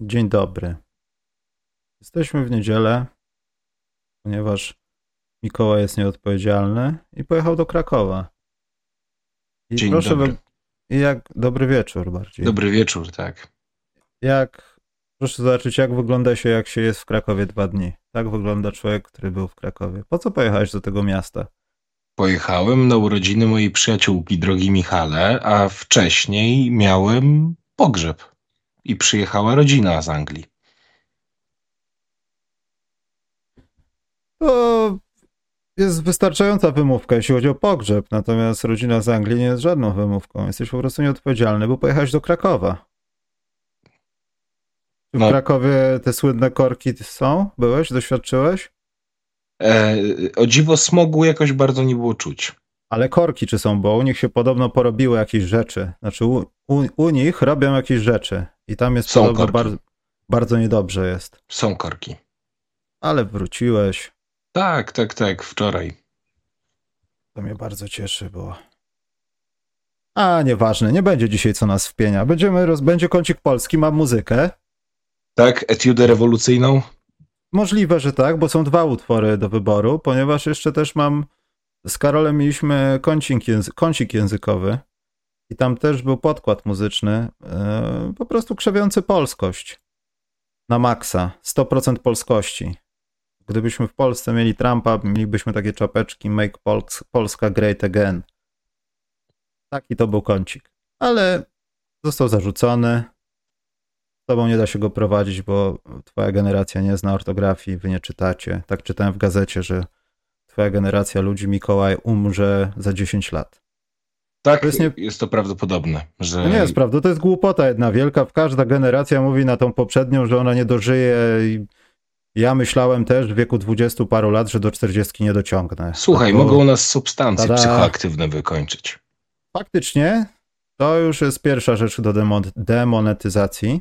Dzień dobry. Jesteśmy w niedzielę, ponieważ Mikołaj jest nieodpowiedzialny i pojechał do Krakowa. I Dzień proszę, dobry. dobry wieczór bardziej. Dobry wieczór, tak. Proszę zobaczyć, jak się jest w Krakowie 2 dni. Tak wygląda człowiek, który był w Krakowie. Po co pojechałeś do tego miasta? Pojechałem na urodziny mojej przyjaciółki, drogi Michale, a wcześniej miałem pogrzeb i przyjechała rodzina z Anglii. To jest wystarczająca wymówka, jeśli chodzi o pogrzeb, natomiast rodzina z Anglii nie jest żadną wymówką. Jesteś po prostu nieodpowiedzialny, bo pojechałeś do Krakowa. Czy w No, Krakowie te słynne korki są? Byłeś? Doświadczyłeś? o dziwo smogu jakoś bardzo nie było czuć. Ale korki czy są, bo u nich się podobno porobiły jakieś rzeczy. Znaczy u nich robią jakieś rzeczy i tam jest Są podobno korki. bardzo niedobrze jest. Są korki. Ale wróciłeś. Tak, wczoraj. To mnie bardzo cieszy, bo... A, nieważne, nie będzie dzisiaj co nas wpienia. Będzie kącik polski, mam muzykę. Tak, etiudę rewolucyjną? Możliwe, że tak, bo są 2 utwory do wyboru, ponieważ jeszcze też z Karolem mieliśmy kącik językowy i tam też był podkład muzyczny, po prostu krzewiący polskość na maksa, 100% polskości. Gdybyśmy w Polsce mieli Trumpa, mielibyśmy takie czapeczki Make Polska Great Again. Taki to był kącik. Ale został zarzucony. Z tobą nie da się go prowadzić, bo twoja generacja nie zna ortografii, wy nie czytacie. Tak czytałem w gazecie, że twoja generacja ludzi, Mikołaj, umrze za 10 lat. Tak, To jest jest to prawdopodobne, że... To nie jest prawda, to jest głupota jedna wielka. Każda generacja mówi na tą poprzednią, że ona nie dożyje. Ja myślałem też w wieku 20 paru lat, że do 40 nie dociągnę. Słuchaj, mogą nas substancje Tada. psychoaktywne wykończyć. Faktycznie, to już jest pierwsza rzecz do demonetyzacji.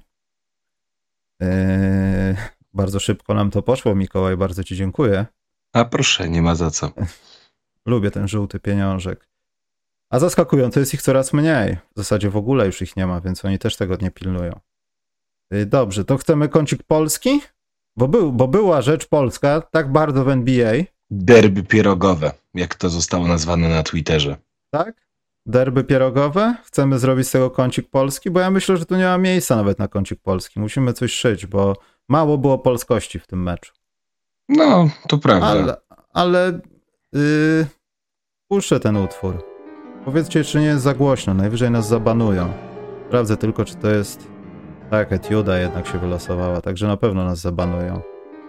Bardzo szybko nam to poszło, Mikołaj, bardzo ci dziękuję. A proszę, nie ma za co. Lubię ten żółty pieniążek. A zaskakująco jest ich coraz mniej. W zasadzie w ogóle już ich nie ma, więc oni też tego nie pilnują. Dobrze, to chcemy kącik polski? Bo była rzecz polska tak bardzo w NBA. Derby pierogowe, jak to zostało nazwane na Twitterze. Tak? Derby pierogowe? Chcemy zrobić z tego kącik polski? Bo ja myślę, że tu nie ma miejsca nawet na kącik polski. Musimy coś szyć, bo mało było polskości w tym meczu. No, to prawda. Ale puszczę ten utwór. Powiedzcie, czy nie jest za głośno. Najwyżej nas zabanują. Sprawdzę tylko, czy to jest... Tak, etiuda jednak się wylosowała, także na pewno nas zabanują.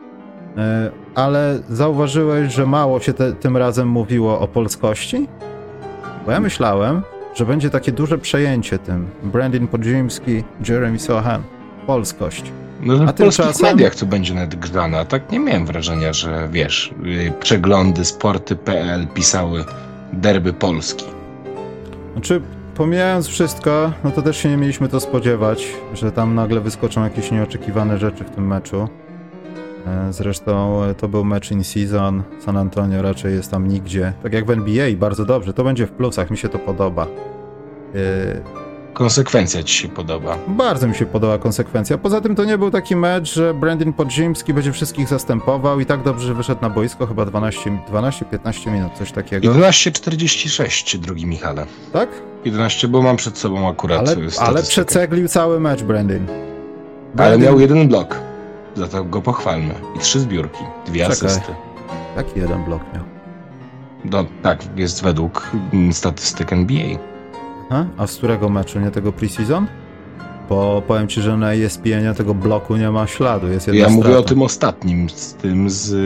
Ale zauważyłeś, że mało się tym razem mówiło o polskości? Bo ja myślałem, że będzie takie duże przejęcie tym. Brandon Podziemski, Jeremy Sohan. Polskość. No, że A w polskich tymczasem... mediach to będzie nadgrzane, a tak nie miałem wrażenia, że wiesz, przeglądy sporty.pl pisały derby Polski. Znaczy, pomijając wszystko, no to też się nie mieliśmy to spodziewać, że tam nagle wyskoczą jakieś nieoczekiwane rzeczy w tym meczu. Zresztą to był mecz in season, San Antonio raczej jest tam nigdzie. Tak jak w NBA, bardzo dobrze, to będzie w plusach, mi się to podoba. Konsekwencja ci się podoba. Bardzo mi się podoba konsekwencja. Poza tym to nie był taki mecz, że Brandon Podziemski będzie wszystkich zastępował i tak dobrze, że wyszedł na boisko, chyba 12-15 minut, coś takiego. 11:46, drugi Michale. Tak? 11, bo mam przed sobą akurat Ale statystykę. przeceglił cały mecz Brandon. Ale miał 1 blok. Za to go pochwalmy. I 3 zbiórki. 2 asysty. Taki 1 blok miał. No tak, jest według statystyk NBA. Aha, a z którego meczu? Nie tego preseason? Bo powiem ci, że na ESPN tego bloku nie ma śladu. Jest jedna strata. Mówię o tym ostatnim, z tym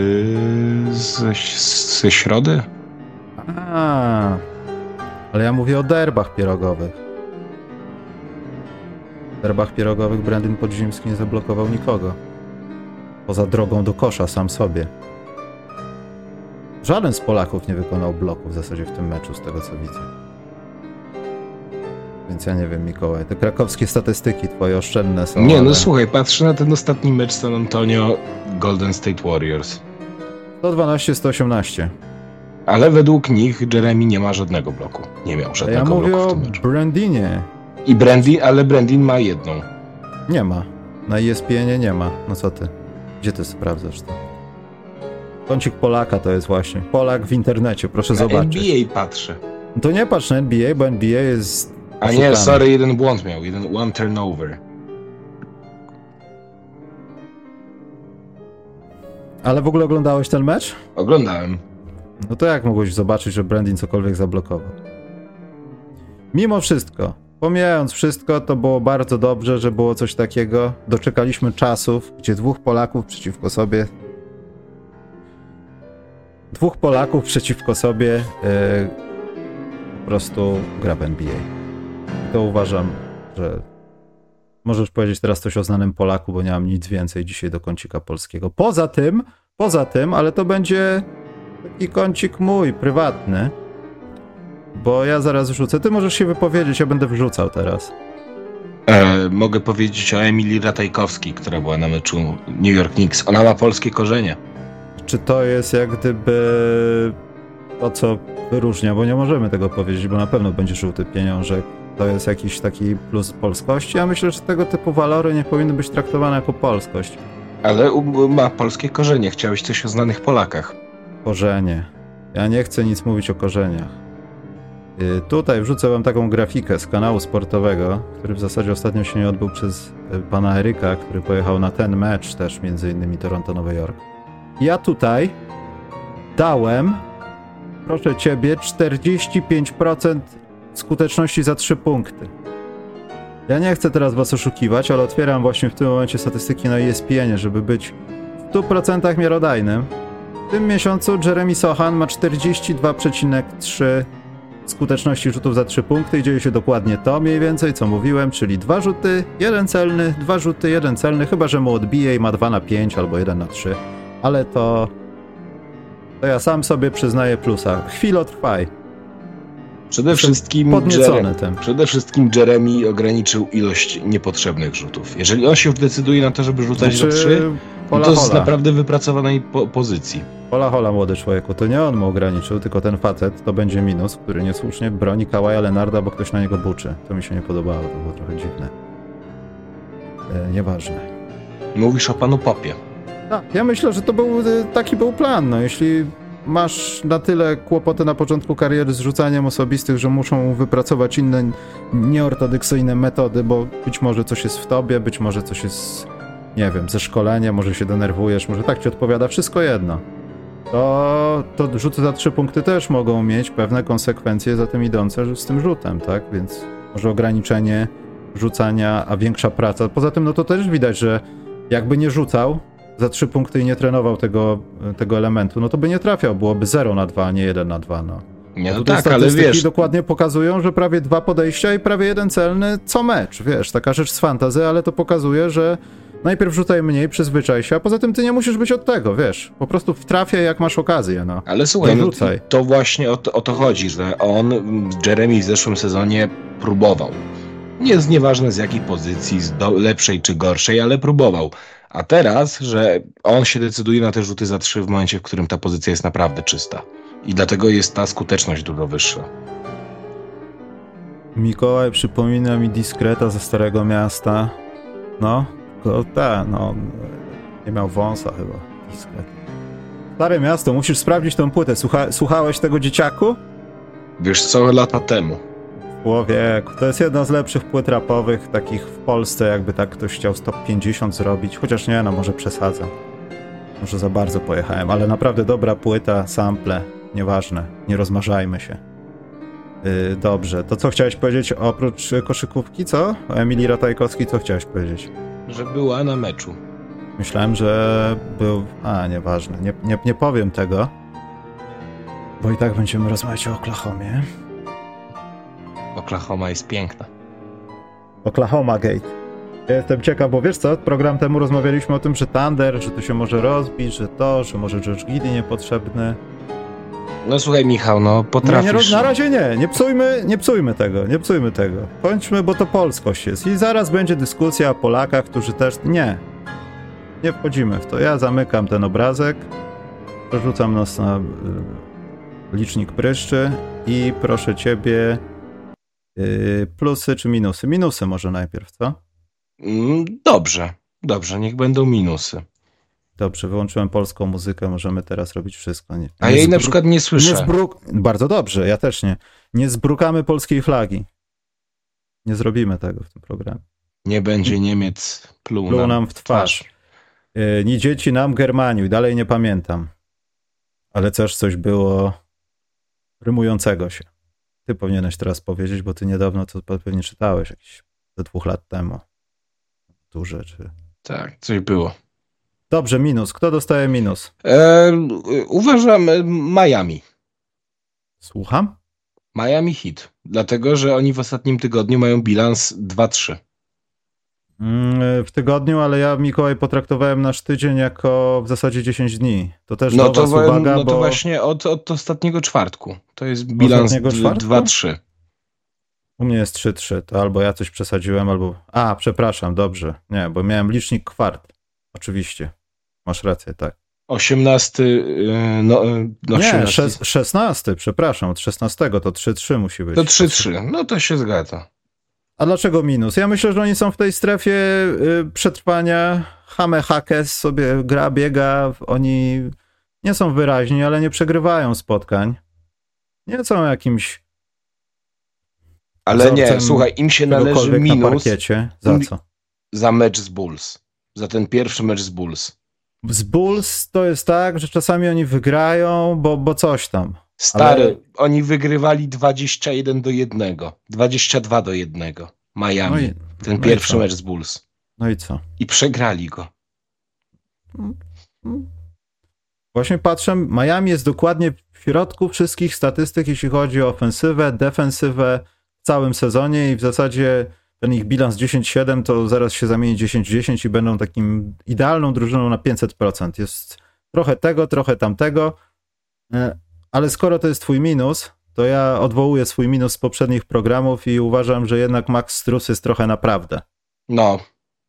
ze środy. Ale ja mówię o derbach pierogowych. W derbach pierogowych Brandon Podziemski nie zablokował nikogo. Poza drogą do kosza sam sobie. Żaden z Polaków nie wykonał bloku w zasadzie w tym meczu, z tego co widzę. Więc ja nie wiem, Mikołaj, te krakowskie statystyki twoje oszczędne są. Nie, no słuchaj, patrzę na ten ostatni mecz San Antonio Golden State Warriors. 112-118. Ale według nich Jeremy nie ma żadnego bloku. Nie miał żadnego bloku w tym meczu. Ja mówię o Brandinie. Ale Brandin ma 1. Nie ma. Na ESPN nie ma. No co ty? Gdzie ty sprawdzasz to? Kącik Polaka to jest właśnie. Polak w internecie, proszę na zobaczyć. NBA patrzę. No to nie patrz na NBA, bo NBA jest... A nie, sorry, jeden błąd miał. One turnover. Ale w ogóle oglądałeś ten mecz? Oglądałem. No to jak mogłeś zobaczyć, że Brandin cokolwiek zablokował? Mimo wszystko, pomijając wszystko, to było bardzo dobrze, że było coś takiego. Doczekaliśmy czasów, gdzie dwóch Polaków przeciwko sobie po prostu gra w NBA. I to uważam, że możesz powiedzieć teraz coś o znanym Polaku, bo nie mam nic więcej dzisiaj do kącika polskiego. Poza tym, ale to będzie taki kącik mój, prywatny, bo ja zaraz wrzucę. Ty możesz się wypowiedzieć, ja będę wrzucał teraz. Mogę powiedzieć o Emilii Ratajkowskiej, która była na meczu New York Knicks. Ona ma polskie korzenie. Czy to jest jak gdyby to, co wyróżnia, bo nie możemy tego powiedzieć, bo na pewno będzie żółty pieniążek. To jest jakiś taki plus polskości. Ja myślę, że tego typu walory nie powinny być traktowane jako polskość. Ale ma polskie korzenie. Chciałeś coś o znanych Polakach. Korzenie. Ja nie chcę nic mówić o korzeniach. Tutaj wrzucę wam taką grafikę z kanału sportowego, który w zasadzie ostatnio się nie odbył przez pana Eryka, który pojechał na ten mecz też, między innymi Toronto-Nowy Jork. Ja tutaj dałem, proszę ciebie, 45% skuteczności za 3 punkty. Ja nie chcę teraz was oszukiwać, ale otwieram właśnie w tym momencie statystyki na ESPN-ie, żeby być w 100% miarodajnym. W tym miesiącu Jeremy Sochan ma 42,3 skuteczności rzutów za 3 punkty i dzieje się dokładnie to mniej więcej, co mówiłem, czyli 2 rzuty, 1 celny, 2 rzuty, 1 celny, chyba że mu odbije i ma 2 na 5 albo 1 na 3, ale to ja sam sobie przyznaję plusa. Chwilotrwaj. Przede wszystkim Jeremy ograniczył ilość niepotrzebnych rzutów. Jeżeli on się decyduje na to, żeby rzucać za 3, to jest naprawdę wypracowanej pozycji. Hola, młody człowieku, to nie on mu ograniczył, tylko ten facet to będzie minus, który niesłusznie broni Kawaja Leonarda, bo ktoś na niego buczy. To mi się nie podobało, to było trochę dziwne. Nieważne. Mówisz o panu Popie. Tak, ja myślę, że taki był plan. No, jeśli masz na tyle kłopoty na początku kariery z rzucaniem osobistych, że muszą wypracować inne nieortodoksyjne metody, bo być może coś jest w tobie, być może coś jest, nie wiem, ze szkolenia, może się denerwujesz, może tak ci odpowiada, wszystko jedno. To rzuty za 3 punkty też mogą mieć pewne konsekwencje za tym idące z tym rzutem, tak? Więc może ograniczenie rzucania, a większa praca. Poza tym, no to też widać, że jakby nie rzucał za 3 punkty i nie trenował tego elementu, no to by nie trafiał, byłoby 0 na 2, a nie 1 na 2, no. Nie, no tak, ale wiesz... dokładnie pokazują, że prawie 2 podejścia i prawie 1 celny co mecz, wiesz, taka rzecz z fantasy, ale to pokazuje, że najpierw rzucaj mniej, przyzwyczaj się, a poza tym ty nie musisz być od tego, wiesz, po prostu wtrafiaj jak masz okazję, no. Ale słuchaj, no, to właśnie o to chodzi, że Jeremy w zeszłym sezonie próbował. Nieważne z jakiej pozycji, lepszej czy gorszej, ale próbował. A teraz, że on się decyduje na te rzuty za 3 w momencie, w którym ta pozycja jest naprawdę czysta. I dlatego jest ta skuteczność dużo wyższa. Mikołaj przypomina mi Diskreta ze Starego Miasta. No, nie miał wąsa chyba. Diskret. Stare Miasto, musisz sprawdzić tą płytę. Słuchałeś tego, dzieciaku? Wiesz co, lata temu. Człowieku, to jest jedna z lepszych płyt rapowych, takich w Polsce, jakby tak ktoś chciał top 50 zrobić, chociaż nie, no może przesadzam. Może za bardzo pojechałem, ale naprawdę dobra płyta, sample, nieważne, nie rozmarzajmy się. Dobrze, to co chciałeś powiedzieć oprócz koszykówki, co? O Emilii Ratajkowskiej, co chciałeś powiedzieć? Że była na meczu. Myślałem, że był... nieważne, nie powiem tego, bo i tak będziemy rozmawiać o Oklahomie. Oklahoma jest piękna. Oklahoma Gate. Ja jestem ciekaw, bo wiesz co, program temu rozmawialiśmy o tym, że Thunder, że to się może rozbić, że może Josh Giddey niepotrzebny. No słuchaj, Michał, no potrafisz... Na razie nie psujmy tego. Kończmy, bo to polskość jest. I zaraz będzie dyskusja o Polakach, którzy też... Nie wchodzimy w to. Ja zamykam ten obrazek, przerzucam nas na licznik pryszczy i proszę ciebie... Plusy czy minusy? Minusy może najpierw, co? Dobrze. Dobrze, niech będą minusy. Dobrze, wyłączyłem polską muzykę, możemy teraz robić wszystko. A ja jej na przykład nie słyszę. Bardzo dobrze, ja też nie. Nie zbrukamy polskiej flagi. Nie zrobimy tego w tym programie. Nie będzie Niemiec pluł nam w twarz. Ni dzieci nam Germaniu. Dalej nie pamiętam. Ale też coś było rymującego się. Ty powinieneś teraz powiedzieć, bo ty niedawno to pewnie czytałeś, jakieś do 2 lat temu. Duże czy... Tak, coś było. Dobrze, minus. Kto dostaje minus? Uważam Miami. Słucham? Miami Heat. Dlatego, że oni w ostatnim tygodniu mają bilans 2-3. W tygodniu, ale ja, Mikołaj, potraktowałem nasz tydzień jako w zasadzie 10 dni. To też No do was uwaga, no to bo... właśnie od ostatniego czwartku. To jest bilans 2-3. U mnie jest 3-3, to albo ja coś przesadziłem, albo... A, przepraszam, dobrze. Nie, bo miałem licznik kwart. Oczywiście. Masz rację, tak. 18... Nie, 16, przepraszam. Od 16 to 3-3 musi być. To 3-3, no to się zgadza. A dlaczego minus? Ja myślę, że oni są w tej strefie przetrwania. Hame Hakes sobie gra, biega. Oni nie są wyraźni, ale nie przegrywają spotkań. Nie są jakimś... Ale nie, słuchaj, im się należy minus na parkiecie. Za co? Za mecz z Bulls. Za ten pierwszy mecz z Bulls. Z Bulls to jest tak, że czasami oni wygrają, bo coś tam. Stary, oni wygrywali 21-1. 22-1. Miami. Ten pierwszy mecz z Bulls. No i co? I przegrali go. Właśnie patrzę, Miami jest dokładnie w środku wszystkich statystyk, jeśli chodzi o ofensywę, defensywę w całym sezonie i w zasadzie ten ich bilans 10-7 to zaraz się zamieni 10-10 i będą takim idealną drużyną na 500%. Jest trochę tego, trochę tamtego, ale skoro to jest twój minus, to ja odwołuję swój minus z poprzednich programów i uważam, że jednak Max Strus jest trochę naprawdę. No.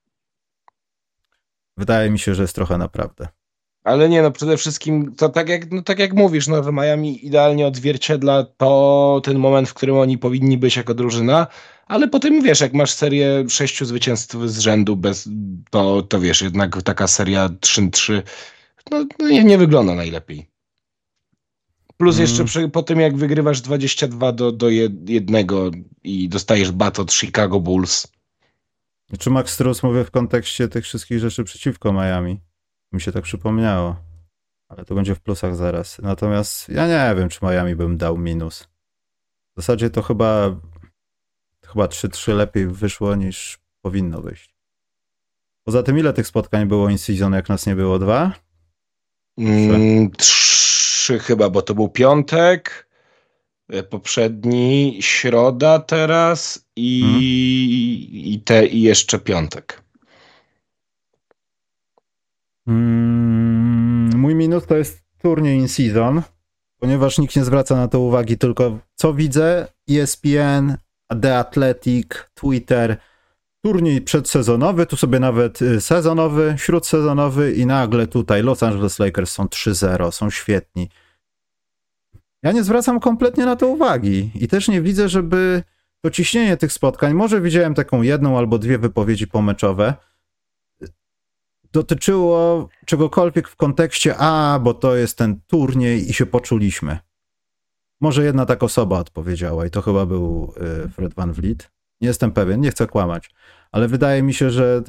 Wydaje mi się, że jest trochę naprawdę. Ale nie, no przede wszystkim to tak jak mówisz, no, że Miami idealnie odzwierciedla ten moment, w którym oni powinni być jako drużyna, ale potem wiesz, jak masz serię 6 zwycięstw z rzędu, to wiesz, jednak taka seria 3-3 nie wygląda najlepiej. Plus jeszcze po tym, jak wygrywasz 22-1 i dostajesz bat od Chicago Bulls. Czy Max Strus mówię w kontekście tych wszystkich rzeczy przeciwko Miami? Mi się tak przypomniało. Ale to będzie w plusach zaraz. Natomiast ja nie wiem, czy Miami bym dał minus. W zasadzie to chyba 3-3 lepiej wyszło niż powinno wyjść. Poza tym ile tych spotkań było in season, jak nas nie było? 2? 3 chyba, bo to był piątek, poprzedni środa teraz i jeszcze piątek. Mój minus to jest turniej in season, ponieważ nikt nie zwraca na to uwagi, tylko co widzę, ESPN, The Athletic, Twitter, turniej przedsezonowy, tu sobie nawet sezonowy, śródsezonowy i nagle tutaj Los Angeles Lakers są 3-0, są świetni. Ja nie zwracam kompletnie na to uwagi i też nie widzę, żeby to ciśnienie tych spotkań, może widziałem taką 1 albo 2 wypowiedzi pomeczowe, dotyczyło czegokolwiek w kontekście bo to jest ten turniej i się poczuliśmy. Może jedna taka osoba odpowiedziała i to chyba był Fred VanVleet. Nie jestem pewien, nie chcę kłamać, ale wydaje mi się, że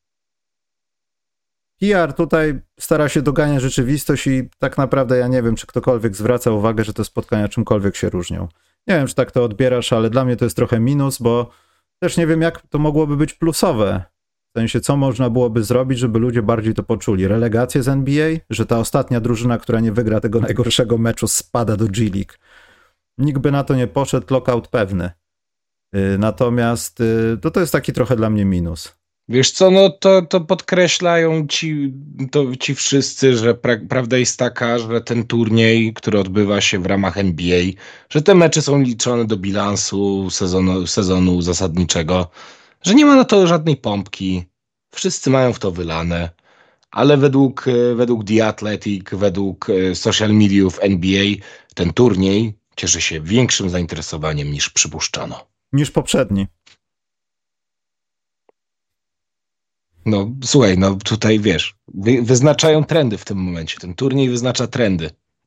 PR tutaj stara się doganiać rzeczywistość i tak naprawdę ja nie wiem, czy ktokolwiek zwraca uwagę, że te spotkania czymkolwiek się różnią. Nie wiem, czy tak to odbierasz, ale dla mnie to jest trochę minus, bo też nie wiem, jak to mogłoby być plusowe. W sensie, co można byłoby zrobić, żeby ludzie bardziej to poczuli. Relegację z NBA? Że ta ostatnia drużyna, która nie wygra tego najgorszego meczu, spada do G League. Nikt by na to nie poszedł, lockout pewny. Natomiast to jest taki trochę dla mnie minus. Wiesz co, no to podkreślają ci wszyscy, że prawda jest taka, że ten turniej, który odbywa się w ramach NBA, że te mecze są liczone do bilansu sezonu zasadniczego, że nie ma na to żadnej pompki, wszyscy mają w to wylane, ale według The Athletic, według social mediów NBA, ten turniej cieszy się większym zainteresowaniem niż przypuszczano. Niż poprzedni. No słuchaj, no tutaj wiesz, wyznaczają trendy w tym momencie. Ten turniej wyznacza trendy.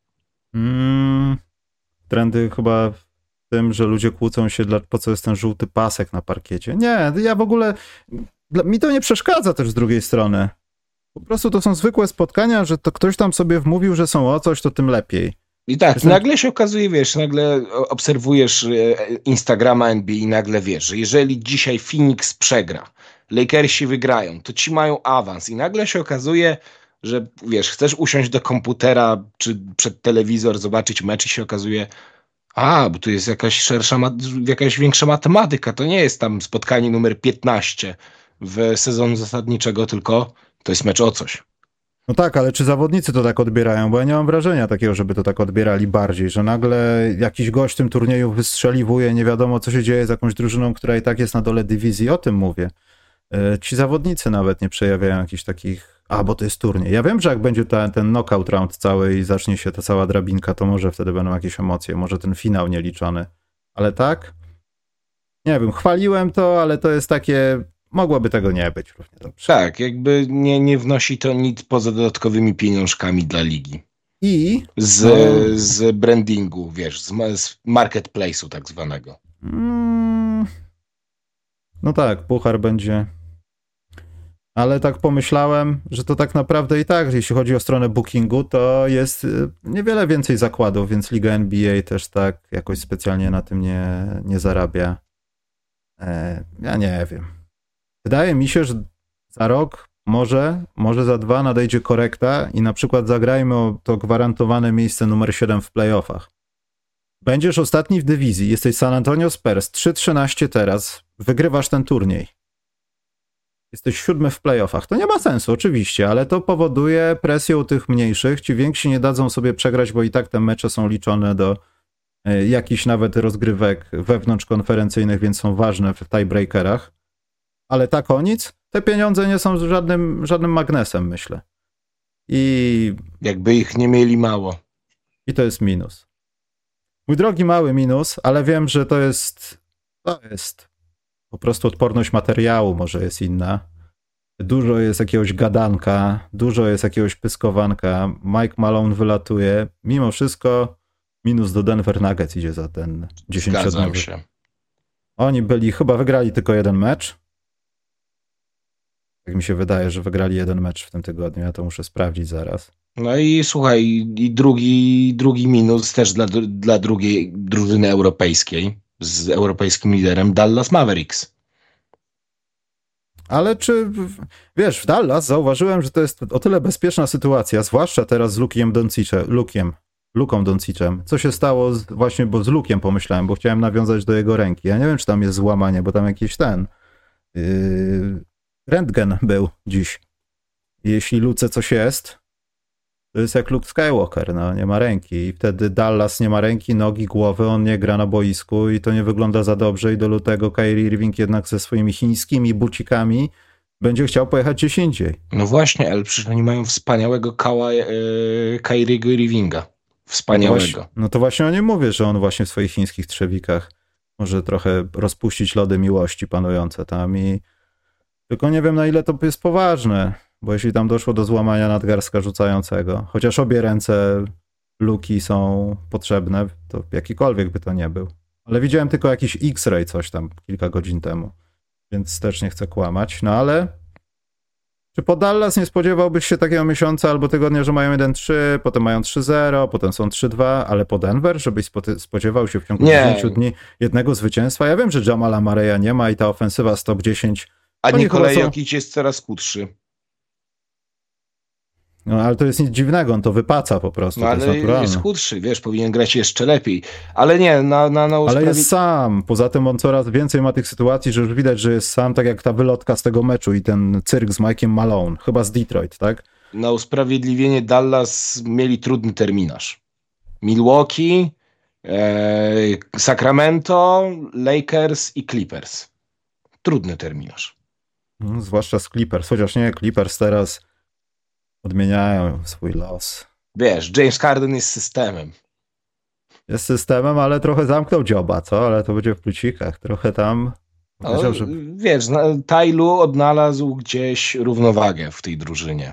Trendy chyba w tym, że ludzie kłócą się, po co jest ten żółty pasek na parkiecie. Nie, ja w ogóle, mi to nie przeszkadza też z drugiej strony. Po prostu to są zwykłe spotkania, że to ktoś tam sobie wmówił, że są o coś, to tym lepiej. I tak, nagle się okazuje, wiesz, nagle obserwujesz Instagrama NBA i nagle wiesz, że jeżeli dzisiaj Phoenix przegra, Lakersi wygrają, to ci mają awans i nagle się okazuje, że wiesz, chcesz usiąść do komputera czy przed telewizor, zobaczyć mecz i się okazuje, bo tu jest jakaś szersza, jakaś większa matematyka, to nie jest tam spotkanie numer 15 w sezonu zasadniczego, tylko to jest mecz o coś. No tak, ale czy zawodnicy to tak odbierają? Bo ja nie mam wrażenia takiego, żeby to tak odbierali bardziej, że nagle jakiś gość w tym turnieju wystrzeliwuje, nie wiadomo co się dzieje z jakąś drużyną, która i tak jest na dole dywizji, o tym mówię. Ci zawodnicy nawet nie przejawiają jakichś takich, bo to jest turniej. Ja wiem, że jak będzie ten knockout round cały i zacznie się ta cała drabinka, to może wtedy będą jakieś emocje, może ten finał nieliczony. Ale tak? Nie wiem, chwaliłem to, ale to jest takie... Mogłoby tego nie być równie dobrze. Tak, jakby nie wnosi to nic poza dodatkowymi pieniążkami dla ligi. Z brandingu, wiesz, z marketplace'u tak zwanego. No tak, puchar będzie... Ale tak pomyślałem, że to tak naprawdę i tak, jeśli chodzi o stronę bookingu, to jest niewiele więcej zakładów, więc Liga NBA też tak jakoś specjalnie na tym nie zarabia. Ja nie wiem. Wydaje mi się, że za rok, może za 2 nadejdzie korekta i na przykład zagrajmy o to gwarantowane miejsce numer 7 w playoffach. Będziesz ostatni w dywizji, jesteś San Antonio Spurs, 3-13 teraz, wygrywasz ten turniej. Jesteś 7 w playoffach. To nie ma sensu, oczywiście, ale to powoduje presję u tych mniejszych. Ci więksi nie dadzą sobie przegrać, bo i tak te mecze są liczone do jakichś nawet rozgrywek wewnątrzkonferencyjnych, więc są ważne w tiebreakerach. Ale tak o nic, te pieniądze nie są żadnym magnesem, myślę. I jakby ich nie mieli mało. I to jest minus. Mój drogi mały minus, ale wiem, że to jest po prostu odporność materiału może jest inna. Dużo jest jakiegoś gadanka, dużo jest jakiegoś pyskowanka. Mike Malone wylatuje. Mimo wszystko minus do Denver Nuggets idzie za ten 10-dniowy. Zgadzam się. Oni chyba wygrali tylko jeden mecz. Tak mi się wydaje, że wygrali jeden mecz w tym tygodniu. Ja to muszę sprawdzić zaraz. No i słuchaj, i drugi minus też dla drugiej drużyny europejskiej z europejskim liderem Dallas Mavericks. Ale wiesz, w Dallas zauważyłem, że to jest o tyle bezpieczna sytuacja, zwłaszcza teraz z Luką Doncicem. Co się stało właśnie, bo z Lukiem pomyślałem, bo chciałem nawiązać do jego ręki. Ja nie wiem, czy tam jest złamanie, bo tam jakiś rentgen był dziś. Jeśli Luce coś jest, to jest jak Luke Skywalker, no, nie ma ręki. I wtedy Dallas nie ma ręki, nogi, głowy, on nie gra na boisku i to nie wygląda za dobrze i do lutego Kyrie Irving jednak ze swoimi chińskimi bucikami będzie chciał pojechać gdzieś indziej. No właśnie, ale przecież oni mają wspaniałego Kyriego Irvinga. Wspaniałego. No to właśnie o nim mówię, że on właśnie w swoich chińskich trzewikach może trochę rozpuścić lody miłości panujące tam i tylko nie wiem, na ile to jest poważne. Bo jeśli tam doszło do złamania nadgarstka rzucającego, chociaż obie ręce Luki są potrzebne, to jakikolwiek by to nie był. Ale widziałem tylko jakiś X-ray coś tam kilka godzin temu, więc też nie chcę kłamać. No ale czy po Dallas nie spodziewałbyś się takiego miesiąca albo tygodnia, że mają 1-3, potem mają 3-0, potem są 3-2, ale po Denver, żebyś spodziewał się w ciągu 10 dni jednego zwycięstwa? Ja wiem, że Jamala Murraya nie ma i ta ofensywa z top 10... A Nikolaj Jokic jest coraz krótszy. No, ale to jest nic dziwnego, on to wypaca po prostu, no, to ale jest naturalne. Jest chudszy, wiesz, powinien grać jeszcze lepiej. Ale nie, Ale jest sam, poza tym on coraz więcej ma tych sytuacji, że już widać, że jest sam, tak jak ta wylotka z tego meczu i ten cyrk z Mike'iem Malone, chyba z Detroit, tak? Na usprawiedliwienie Dallas mieli trudny terminarz. Milwaukee, Sacramento, Lakers i Clippers. Trudny terminarz. No, zwłaszcza z Clippers, chociaż nie, Clippers teraz odmieniają swój los. Wiesz, James Harden jest systemem. Jest systemem, ale trochę zamknął dzioba, co? Ale to będzie w plucikach. Trochę tam Powiedział, że... Wiesz, Tailu odnalazł gdzieś równowagę w tej drużynie.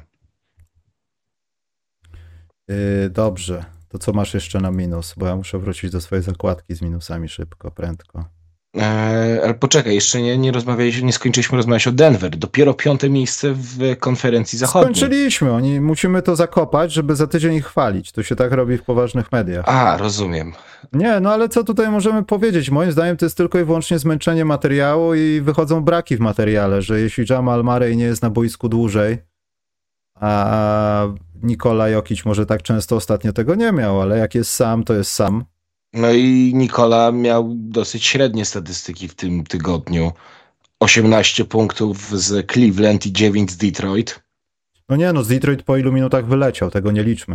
Dobrze. To co masz jeszcze na minus? Bo ja muszę wrócić do swojej zakładki z minusami szybko, prędko. Ale poczekaj, jeszcze nie rozmawialiśmy, nie skończyliśmy rozmawiać o Denver. Dopiero 5. miejsce w konferencji zachodniej. Skończyliśmy. Musimy to zakopać, żeby za tydzień ich chwalić. To się tak robi w poważnych mediach. Rozumiem. Nie, no ale co tutaj możemy powiedzieć? Moim zdaniem to jest tylko i wyłącznie zmęczenie materiału i wychodzą braki w materiale, że jeśli Jamal Murray nie jest na boisku dłużej, a Nikola Jokic może tak często ostatnio tego nie miał, ale jak jest sam, to jest sam. No i Nikola miał dosyć średnie statystyki w tym tygodniu. 18 punktów z Cleveland i 9 z Detroit. No nie, no z Detroit po ilu minutach wyleciał, tego nie liczmy.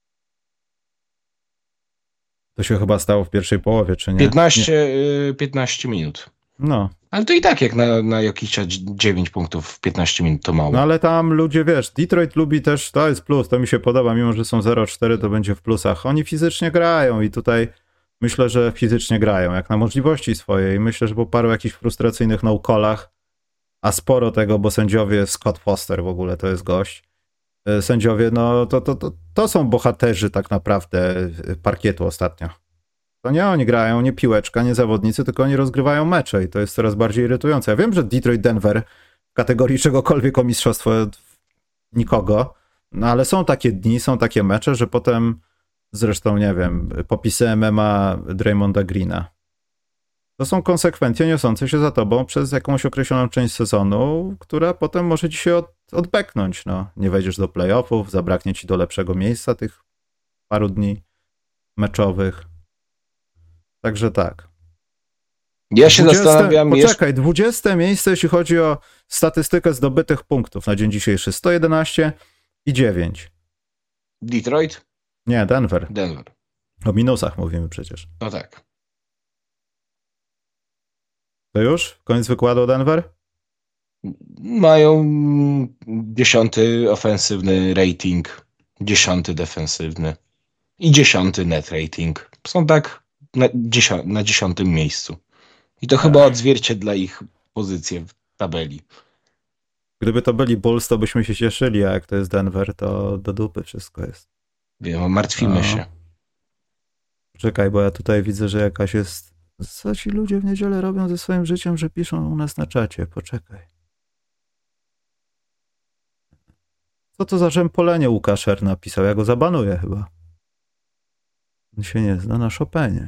To się chyba stało w pierwszej połowie, czy nie? 15 minut. No. Ale to i tak jak na Jokicia 9 punktów w 15 minut to mało. No ale tam ludzie, wiesz, Detroit lubi też, to jest plus, to mi się podoba, mimo że są 0-4, to będzie w plusach. Oni fizycznie grają i tutaj myślę, że fizycznie grają, jak na możliwości swoje i myślę, że po paru jakichś frustracyjnych no-callach, a sporo tego, bo sędziowie, Scott Foster w ogóle to jest gość, sędziowie, no to są bohaterzy tak naprawdę parkietu ostatnio. To nie oni grają, nie piłeczka, nie zawodnicy, tylko oni rozgrywają mecze i to jest coraz bardziej irytujące. Ja wiem, że Detroit-Denver w kategorii czegokolwiek o mistrzostwo nikogo, no ale są takie dni, są takie mecze, że potem zresztą, nie wiem, popisy MMA Draymonda Greena. To są konsekwencje niosące się za tobą przez jakąś określoną część sezonu, która potem może ci się odbeknąć. No. Nie wejdziesz do playoffów, zabraknie ci do lepszego miejsca tych paru dni meczowych. Także tak. Ja się zastanawiam... Poczekaj, 20 miejsce, jeśli chodzi o statystykę zdobytych punktów na dzień dzisiejszy. 111 i 9. Detroit? Nie, Denver. Denver. O minusach mówimy przecież. No tak. To już? Koniec wykładu o Denver? Mają 10. ofensywny rating, 10. defensywny i 10. net rating. Są tak na 10. miejscu. I to chyba odzwierciedla ich pozycję w tabeli. Gdyby to byli Bulls, to byśmy się cieszyli, a jak to jest Denver, to do dupy wszystko jest. Wiem, martwimy się. Czekaj, bo ja tutaj widzę, że jakaś jest... Co ci ludzie w niedzielę robią ze swoim życiem, że piszą u nas na czacie? Poczekaj. Co to za rzępolenie Łukaszer napisał? Ja go zabanuję chyba. On się nie zna na Chopinie.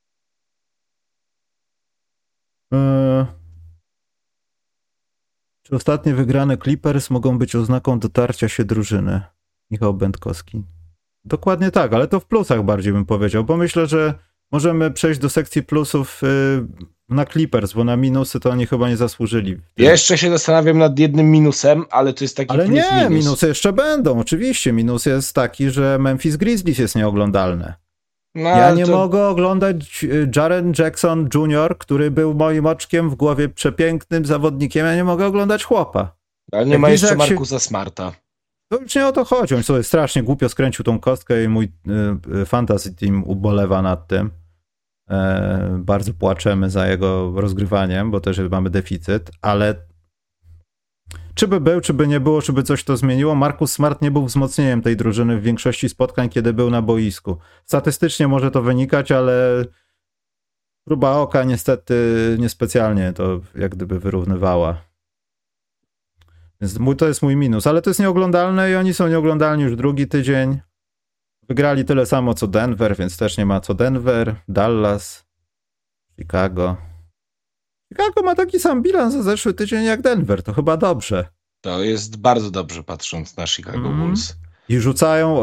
Czy ostatnie wygrane Clippers mogą być oznaką dotarcia się drużyny? Michał Będkowski. Dokładnie tak, ale to w plusach bardziej bym powiedział, bo myślę, że możemy przejść do sekcji plusów na Clippers, bo na minusy to oni chyba nie zasłużyli. Ja jeszcze się zastanawiam nad jednym minusem, ale to jest taki ale plus nie, minus. Minusy jeszcze będą, oczywiście. Minus jest taki, że Memphis Grizzlies jest nieoglądalne. No, ja nie mogę oglądać Jaren Jackson Jr., który był moim oczkiem w głowie przepięknym zawodnikiem, ja nie mogę oglądać chłopa. Ale nie ma jeszcze Marcusa Smarta. To już nie o to chodzi. On sobie strasznie głupio skręcił tą kostkę i mój fantasy team ubolewa nad tym. Bardzo płaczemy za jego rozgrywaniem, bo też mamy deficyt, ale czy by był, czy by nie było, czy by coś to zmieniło, Marcus Smart nie był wzmocnieniem tej drużyny w większości spotkań, kiedy był na boisku. Statystycznie może to wynikać, ale próba oka niestety niespecjalnie to jak gdyby wyrównywała. Więc to jest mój minus, ale to jest nieoglądalne i oni są nieoglądalni już drugi tydzień. Wygrali tyle samo co Denver, więc też nie ma co Denver, Dallas, Chicago. Chicago ma taki sam bilans za zeszły tydzień jak Denver, to chyba dobrze. To jest bardzo dobrze patrząc na Chicago Bulls. I rzucają o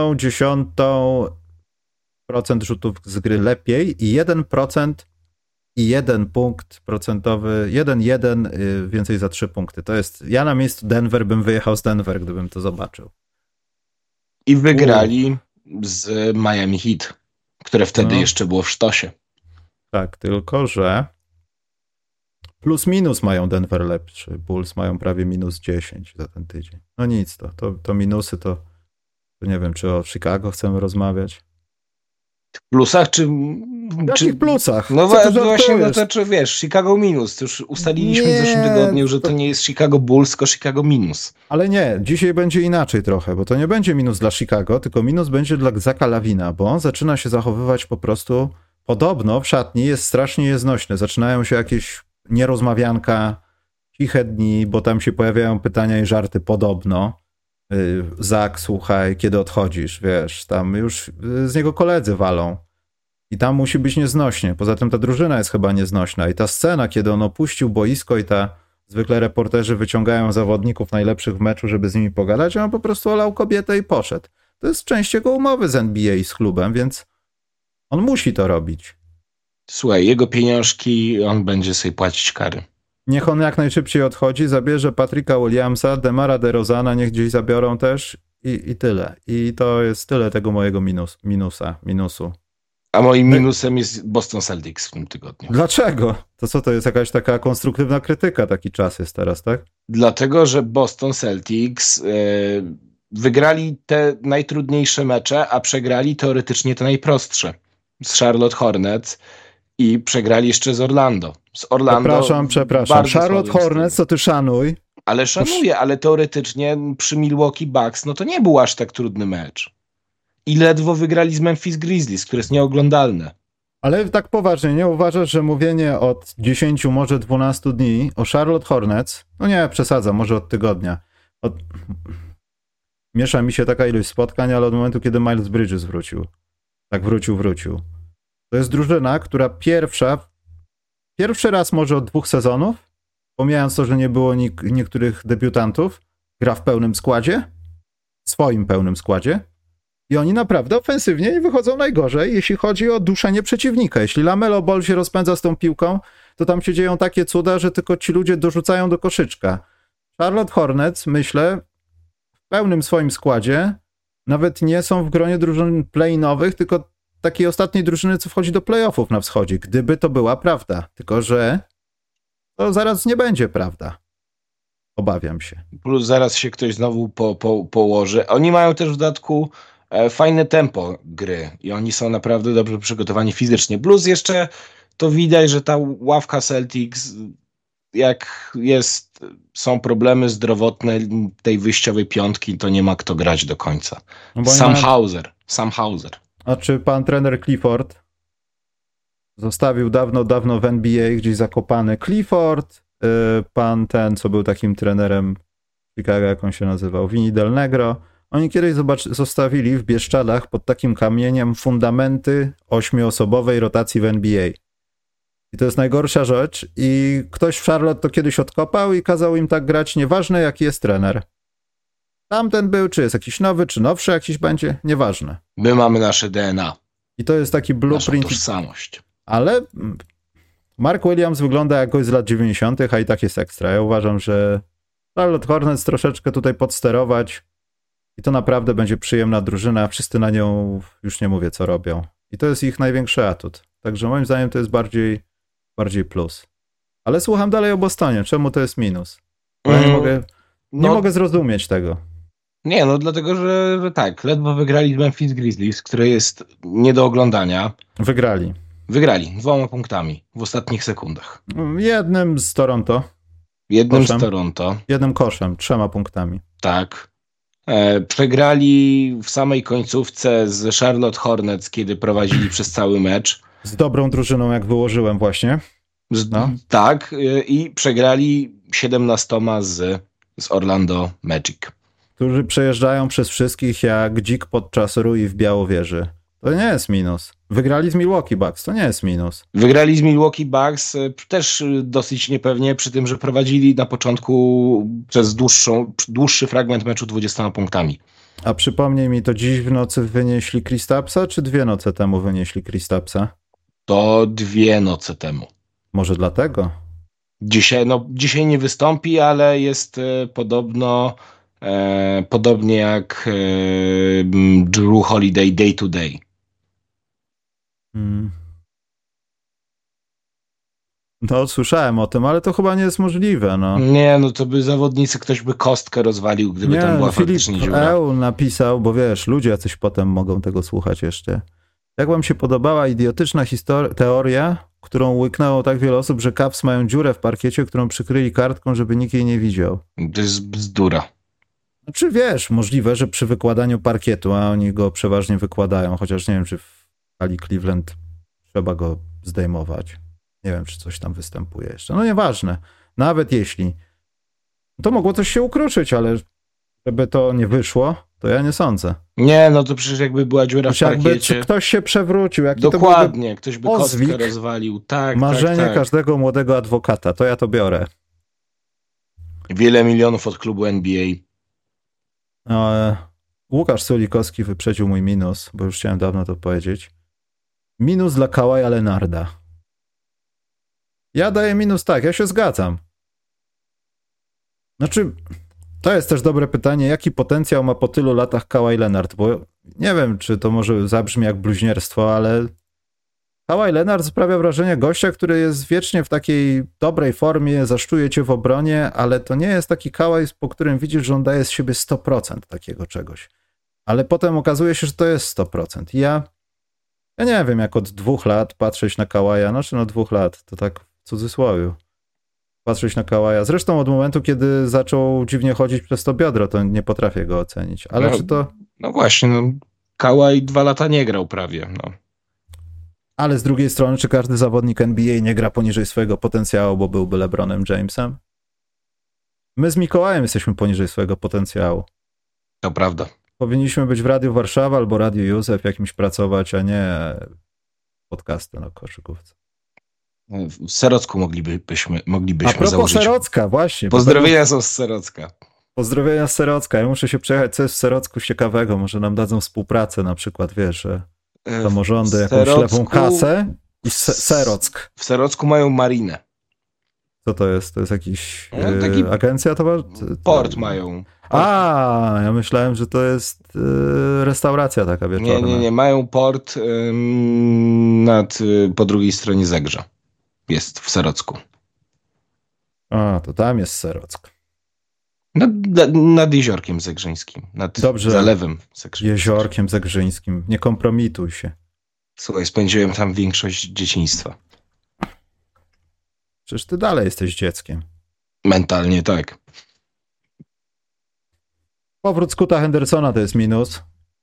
0,1% rzutów z gry lepiej i 1% i 1 punkt procentowy, 1,1 więcej za 3 punkty. To jest, ja na miejscu Denver bym wyjechał z Denver, gdybym to zobaczył. I wygrali z Miami Heat, które wtedy jeszcze było w sztosie. Tak, tylko że plus minus mają Denver lepszy. Bulls mają prawie minus 10 za ten tydzień. No nic, to minusy to nie wiem, czy o Chicago chcemy rozmawiać. W plusach czy... W jakich plusach? No właśnie, no to czy wiesz, Chicago minus. To już ustaliliśmy w zeszłym tygodniu, że to nie jest Chicago Bulls, tylko Chicago minus. Ale nie, dzisiaj będzie inaczej trochę, bo to nie będzie minus dla Chicago, tylko minus będzie dla Zacha Lavina, bo on zaczyna się zachowywać po prostu podobno w szatni, jest strasznie nieznośny. Zaczynają się jakieś nierozmawianka, ciche dni, bo tam się pojawiają pytania i żarty podobno. Zach, słuchaj, kiedy odchodzisz, wiesz, tam już z niego koledzy walą. I tam musi być nieznośnie. Poza tym ta drużyna jest chyba nieznośna. I ta scena, kiedy on opuścił boisko i zwykle reporterzy wyciągają zawodników najlepszych w meczu, żeby z nimi pogadać, a on po prostu olał kobietę i poszedł. To jest część jego umowy z NBA i z klubem, więc on musi to robić. Słuchaj, jego pieniążki, on będzie sobie płacić kary. Niech on jak najszybciej odchodzi, zabierze Patricka Williamsa, DeMara DeRozana, niech gdzieś zabiorą też i tyle. I to jest tyle tego mojego minusu. A moim minusem jest Boston Celtics w tym tygodniu. Dlaczego? To co, to jest jakaś taka konstruktywna krytyka, taki czas jest teraz, tak? Dlatego, że Boston Celtics wygrali te najtrudniejsze mecze, a przegrali teoretycznie te najprostsze. Z Charlotte Hornets i przegrali jeszcze z Orlando. Przepraszam. Charlotte Hornets to ty szanuj. Ale szanuję, ale teoretycznie przy Milwaukee Bucks, no to nie był aż tak trudny mecz. I ledwo wygrali z Memphis Grizzlies, które jest nieoglądalne. Ale tak poważnie, nie uważasz, że mówienie od 10, może 12 dni o Charlotte Hornets, no nie, przesadzam, może od tygodnia. Miesza mi się taka ilość spotkań, ale od momentu, kiedy Miles Bridges wrócił. Tak wrócił. To jest drużyna, która pierwszy raz może od 2 sezonów, pomijając to, że nie było niektórych debiutantów, gra w pełnym składzie, swoim pełnym składzie. I oni naprawdę ofensywnie wychodzą najgorzej, jeśli chodzi o duszenie przeciwnika. Jeśli LaMelo Ball się rozpędza z tą piłką, to tam się dzieją takie cuda, że tylko ci ludzie dorzucają do koszyczka. Charlotte Hornets, myślę, w pełnym swoim składzie nawet nie są w gronie drużyn play-inowych, tylko takiej ostatniej drużyny, co wchodzi do playoffów na wschodzie. Gdyby to była prawda. Tylko że to zaraz nie będzie prawda. Obawiam się. Plus zaraz się ktoś znowu położy. Oni mają też w dodatku fajne tempo gry i oni są naprawdę dobrze przygotowani fizycznie. Plus jeszcze to widać, że ta ławka Celtics, jak są problemy zdrowotne tej wyjściowej piątki, to nie ma kto grać do końca. No Sam Hauser. A czy pan trener Clifford zostawił dawno w NBA gdzieś zakopany Clifford, pan ten, co był takim trenerem Chicago, jak on się nazywał, Vinny Del Negro. Oni kiedyś zostawili w Bieszczadach pod takim kamieniem fundamenty 8-osobowej rotacji w NBA. I to jest najgorsza rzecz. I ktoś w Charlotte to kiedyś odkopał i kazał im tak grać, nieważne jaki jest trener. Tamten był, czy jest jakiś nowy, czy nowszy jakiś będzie, nieważne. My mamy nasze DNA. I to jest taki blueprint. Nasza tożsamość. Ale Mark Williams wygląda jak gość z lat 90., a i tak jest ekstra. Ja uważam, że Charlotte Hornets troszeczkę tutaj podsterować i to naprawdę będzie przyjemna drużyna. Wszyscy na nią, już nie mówię co robią. I to jest ich największy atut. Także moim zdaniem to jest bardziej plus. Ale słucham dalej o Bostonie. Czemu to jest minus? Ja nie mogę zrozumieć tego. Nie, no dlatego, że tak, ledwo wygrali z Memphis Grizzlies, które jest nie do oglądania. Wygrali 2 punktami w ostatnich sekundach. Jednym z Toronto. Jednym koszem, 3 punktami. Tak. Przegrali w samej końcówce z Charlotte Hornets, kiedy prowadzili przez cały mecz. Z dobrą drużyną, jak wyłożyłem właśnie. Tak, i przegrali 17 z Orlando Magic. Którzy przejeżdżają przez wszystkich jak dzik podczas rui w Białowieży. To nie jest minus. Wygrali z Milwaukee Bucks, to nie jest minus. Wygrali z Milwaukee Bucks też dosyć niepewnie, przy tym, że prowadzili na początku przez dłuższy fragment meczu 20 punktami. A przypomnij mi, to dziś w nocy wynieśli Kristapsa, czy 2 noce temu wynieśli Kristapsa? To 2 noce temu. Może dlatego? Dzisiaj nie wystąpi, ale jest podobnie jak Drew Holiday day to day. No, słyszałem o tym, ale to chyba nie jest możliwe. No. Nie, no to by zawodnicy, ktoś by kostkę rozwalił, gdyby tam była faktycznie dziura. Filip napisał, bo wiesz, ludzie jacyś potem mogą tego słuchać jeszcze. Jak wam się podobała idiotyczna teoria, którą łyknęło tak wiele osób, że Cavs mają dziurę w parkiecie, którą przykryli kartką, żeby nikt jej nie widział? To jest bzdura. Znaczy wiesz, możliwe, że przy wykładaniu parkietu, a oni go przeważnie wykładają, chociaż nie wiem, czy w hali Cleveland trzeba go zdejmować. Nie wiem, czy coś tam występuje jeszcze. No nieważne. Nawet jeśli. To mogło coś się ukruszyć, ale żeby to nie wyszło, to ja nie sądzę. Nie, no to przecież jakby była dziura w parkiecie. Jakby ktoś się przewrócił. Dokładnie, ktoś by kostkę rozwalił. Tak, marzenie tak. każdego młodego adwokata. To ja to biorę. Wiele milionów od klubu NBA. Łukasz Sulikowski wyprzedził mój minus, bo już chciałem dawno to powiedzieć. Minus dla Kawaja Leonarda. Ja daję minus, tak, ja się zgadzam. Znaczy, to jest też dobre pytanie, jaki potencjał ma po tylu latach Kawhi Leonard, bo nie wiem, czy to może zabrzmi jak bluźnierstwo, ale Kawhi Leonard sprawia wrażenie gościa, który jest wiecznie w takiej dobrej formie, zaszczuje cię w obronie, ale to nie jest taki Kawhi, po którym widzisz, że on daje z siebie 100% takiego czegoś. Ale potem okazuje się, że to jest 100%. I ja nie wiem, jak od 2 lat patrzeć na Kawaja, znaczy 2 lat, to tak w cudzysłowie. Patrzeć na Kawaja. Zresztą od momentu, kiedy zaczął dziwnie chodzić przez to biodro, to nie potrafię go ocenić. Ale czy to... No właśnie, Kawhi 2 lata nie grał prawie, Ale z drugiej strony, czy każdy zawodnik NBA nie gra poniżej swojego potencjału, bo byłby LeBronem Jamesem? My z Mikołajem jesteśmy poniżej swojego potencjału. To prawda. Powinniśmy być w Radiu Warszawa albo Radiu Józef jakimś pracować, a nie podcasty na koszykówce. W Serocku moglibyśmy A propos założyć. Serocka, właśnie. Pozdrowienia są z Serocka. Pozdrowienia z Serocka. Ja muszę się przejechać, co jest w Serocku ciekawego. Może nam dadzą współpracę na przykład, wiesz, że samorządy jakąś lewą kasę i Serock. W Serocku mają marinę. Co to jest? To jest jakiś taki agencja? Port mają. Ja myślałem, że to jest restauracja taka wieczorna. Nie. Mają port po drugiej stronie Zegrza. Jest w Serocku. To tam jest Serock. Nad Jeziorkiem Zegrzyńskim. Nad Zalewem Zegrzyńskim. Jeziorkiem Zegrzyńskim. Nie kompromituj się. Słuchaj, spędziłem tam większość dzieciństwa. Przecież ty dalej jesteś dzieckiem. Mentalnie tak. Powrót Scoota Hendersona to jest minus.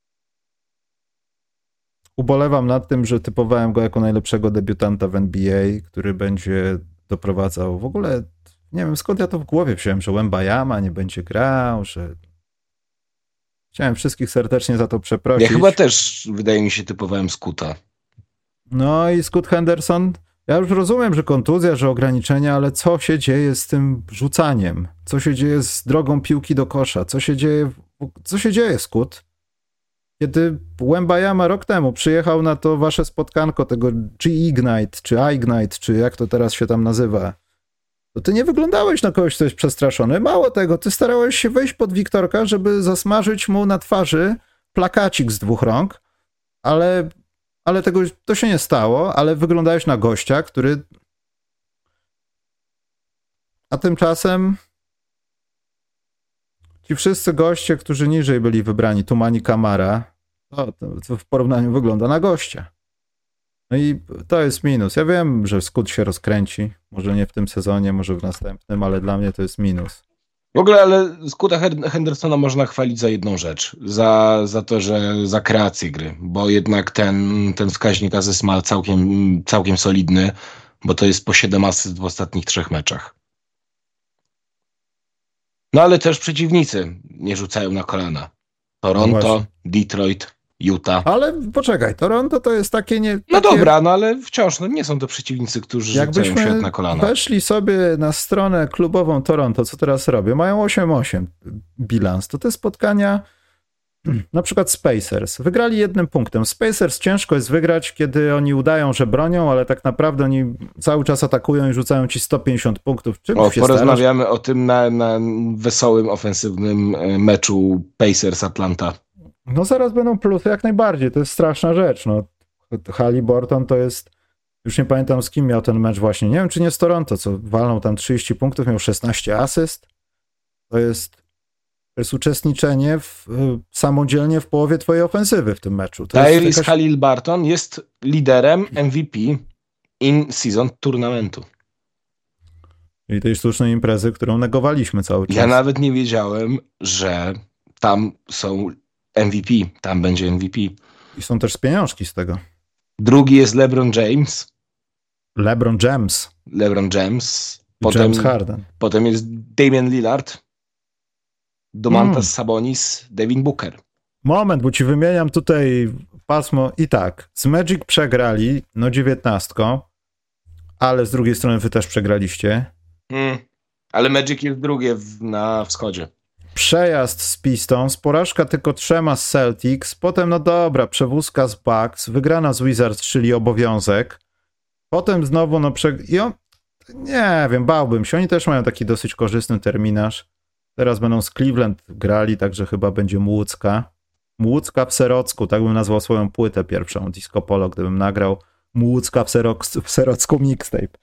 Ubolewam nad tym, że typowałem go jako najlepszego debiutanta w NBA, który będzie doprowadzał w ogóle, nie wiem skąd ja to w głowie wziąłem, że Wembanyama nie będzie grał, że chciałem wszystkich serdecznie za to przeprosić. Ja chyba też, wydaje mi się, typowałem Scoota. No i Scoot Henderson, ja już rozumiem, że kontuzja, że ograniczenia, ale co się dzieje z tym rzucaniem? Co się dzieje z drogą piłki do kosza? Co się dzieje, Scoot? Kiedy Wembanyama rok temu przyjechał na to wasze spotkanko tego G-Ignite, czy iGnite, czy jak to teraz się tam nazywa, to ty nie wyglądałeś na kogoś, kto jest przestraszony. Mało tego, ty starałeś się wejść pod Wiktorka, żeby zasmażyć mu na twarzy plakacik z 2 rąk, ale to się nie stało, ale wyglądałeś na gościa, który... A tymczasem ci wszyscy goście, którzy niżej byli wybrani, Tumani Kamara, to w porównaniu wygląda na gościa. No i to jest minus. Ja wiem, że Scoot się rozkręci. Może nie w tym sezonie, może w następnym, ale dla mnie to jest minus. W ogóle, ale Scoota Hendersona można chwalić za jedną rzecz. Za to, że za kreację gry. Bo jednak ten wskaźnik asyst ma całkiem solidny, bo to jest po 7 asyst w ostatnich 3 meczach. No ale też przeciwnicy nie rzucają na kolana. Toronto, Detroit, Utah. Ale poczekaj, Toronto to jest takie nie... No dobra, ale wciąż nie są to przeciwnicy, którzy rzucają świat na kolana. Weszli sobie na stronę klubową Toronto, co teraz robię, mają 8-8 bilans. To te spotkania, na przykład Spacers, wygrali 1 punktem. Spacers ciężko jest wygrać, kiedy oni udają, że bronią, ale tak naprawdę oni cały czas atakują i rzucają ci 150 punktów. Porozmawiamy o tym na wesołym, ofensywnym meczu Pacers-Atlanta. No zaraz będą plusy jak najbardziej, to jest straszna rzecz. No, Haliburton to jest, już nie pamiętam z kim miał ten mecz właśnie, nie wiem czy nie z Toronto, co walnął tam 30 punktów, miał 16 asyst. To jest To jest uczestniczenie samodzielnie w połowie twojej ofensywy w tym meczu. Tyrese Halliburton jest liderem MVP in-season turnamentu. I tej sztucznej imprezy, którą negowaliśmy cały czas. Ja nawet nie wiedziałem, że tam są MVP, tam będzie MVP. I są też pieniążki z tego. Drugi jest LeBron James. LeBron James. Potem Harden. Potem jest Damian Lillard, Domantas Sabonis, Devin Booker. Moment, bo ci wymieniam tutaj pasmo. I tak, z Magic przegrali, 19, ale z drugiej strony wy też przegraliście. Ale Magic jest drugie na wschodzie. Przejazd z Pistons, porażka tylko 3 z Celtics, potem no dobra, przewózka z Bucks, wygrana z Wizards, czyli obowiązek. Potem znowu nie wiem, bałbym się. Oni też mają taki dosyć korzystny terminarz. Teraz będą z Cleveland grali, także chyba będzie Młódzka. Młódzka w Serocku, tak bym nazwał swoją płytę pierwszą, Disco Polo, gdybym nagrał Młódzka w Serocku mixtape.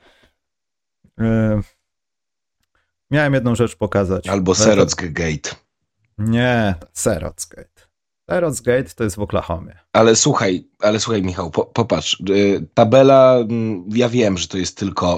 Miałem jedną rzecz pokazać. Albo Serockgate. Nie, Serockgate. Serockgate to jest w Oklahomie. Ale słuchaj Michał, popatrz. Tabela, ja wiem, że to jest tylko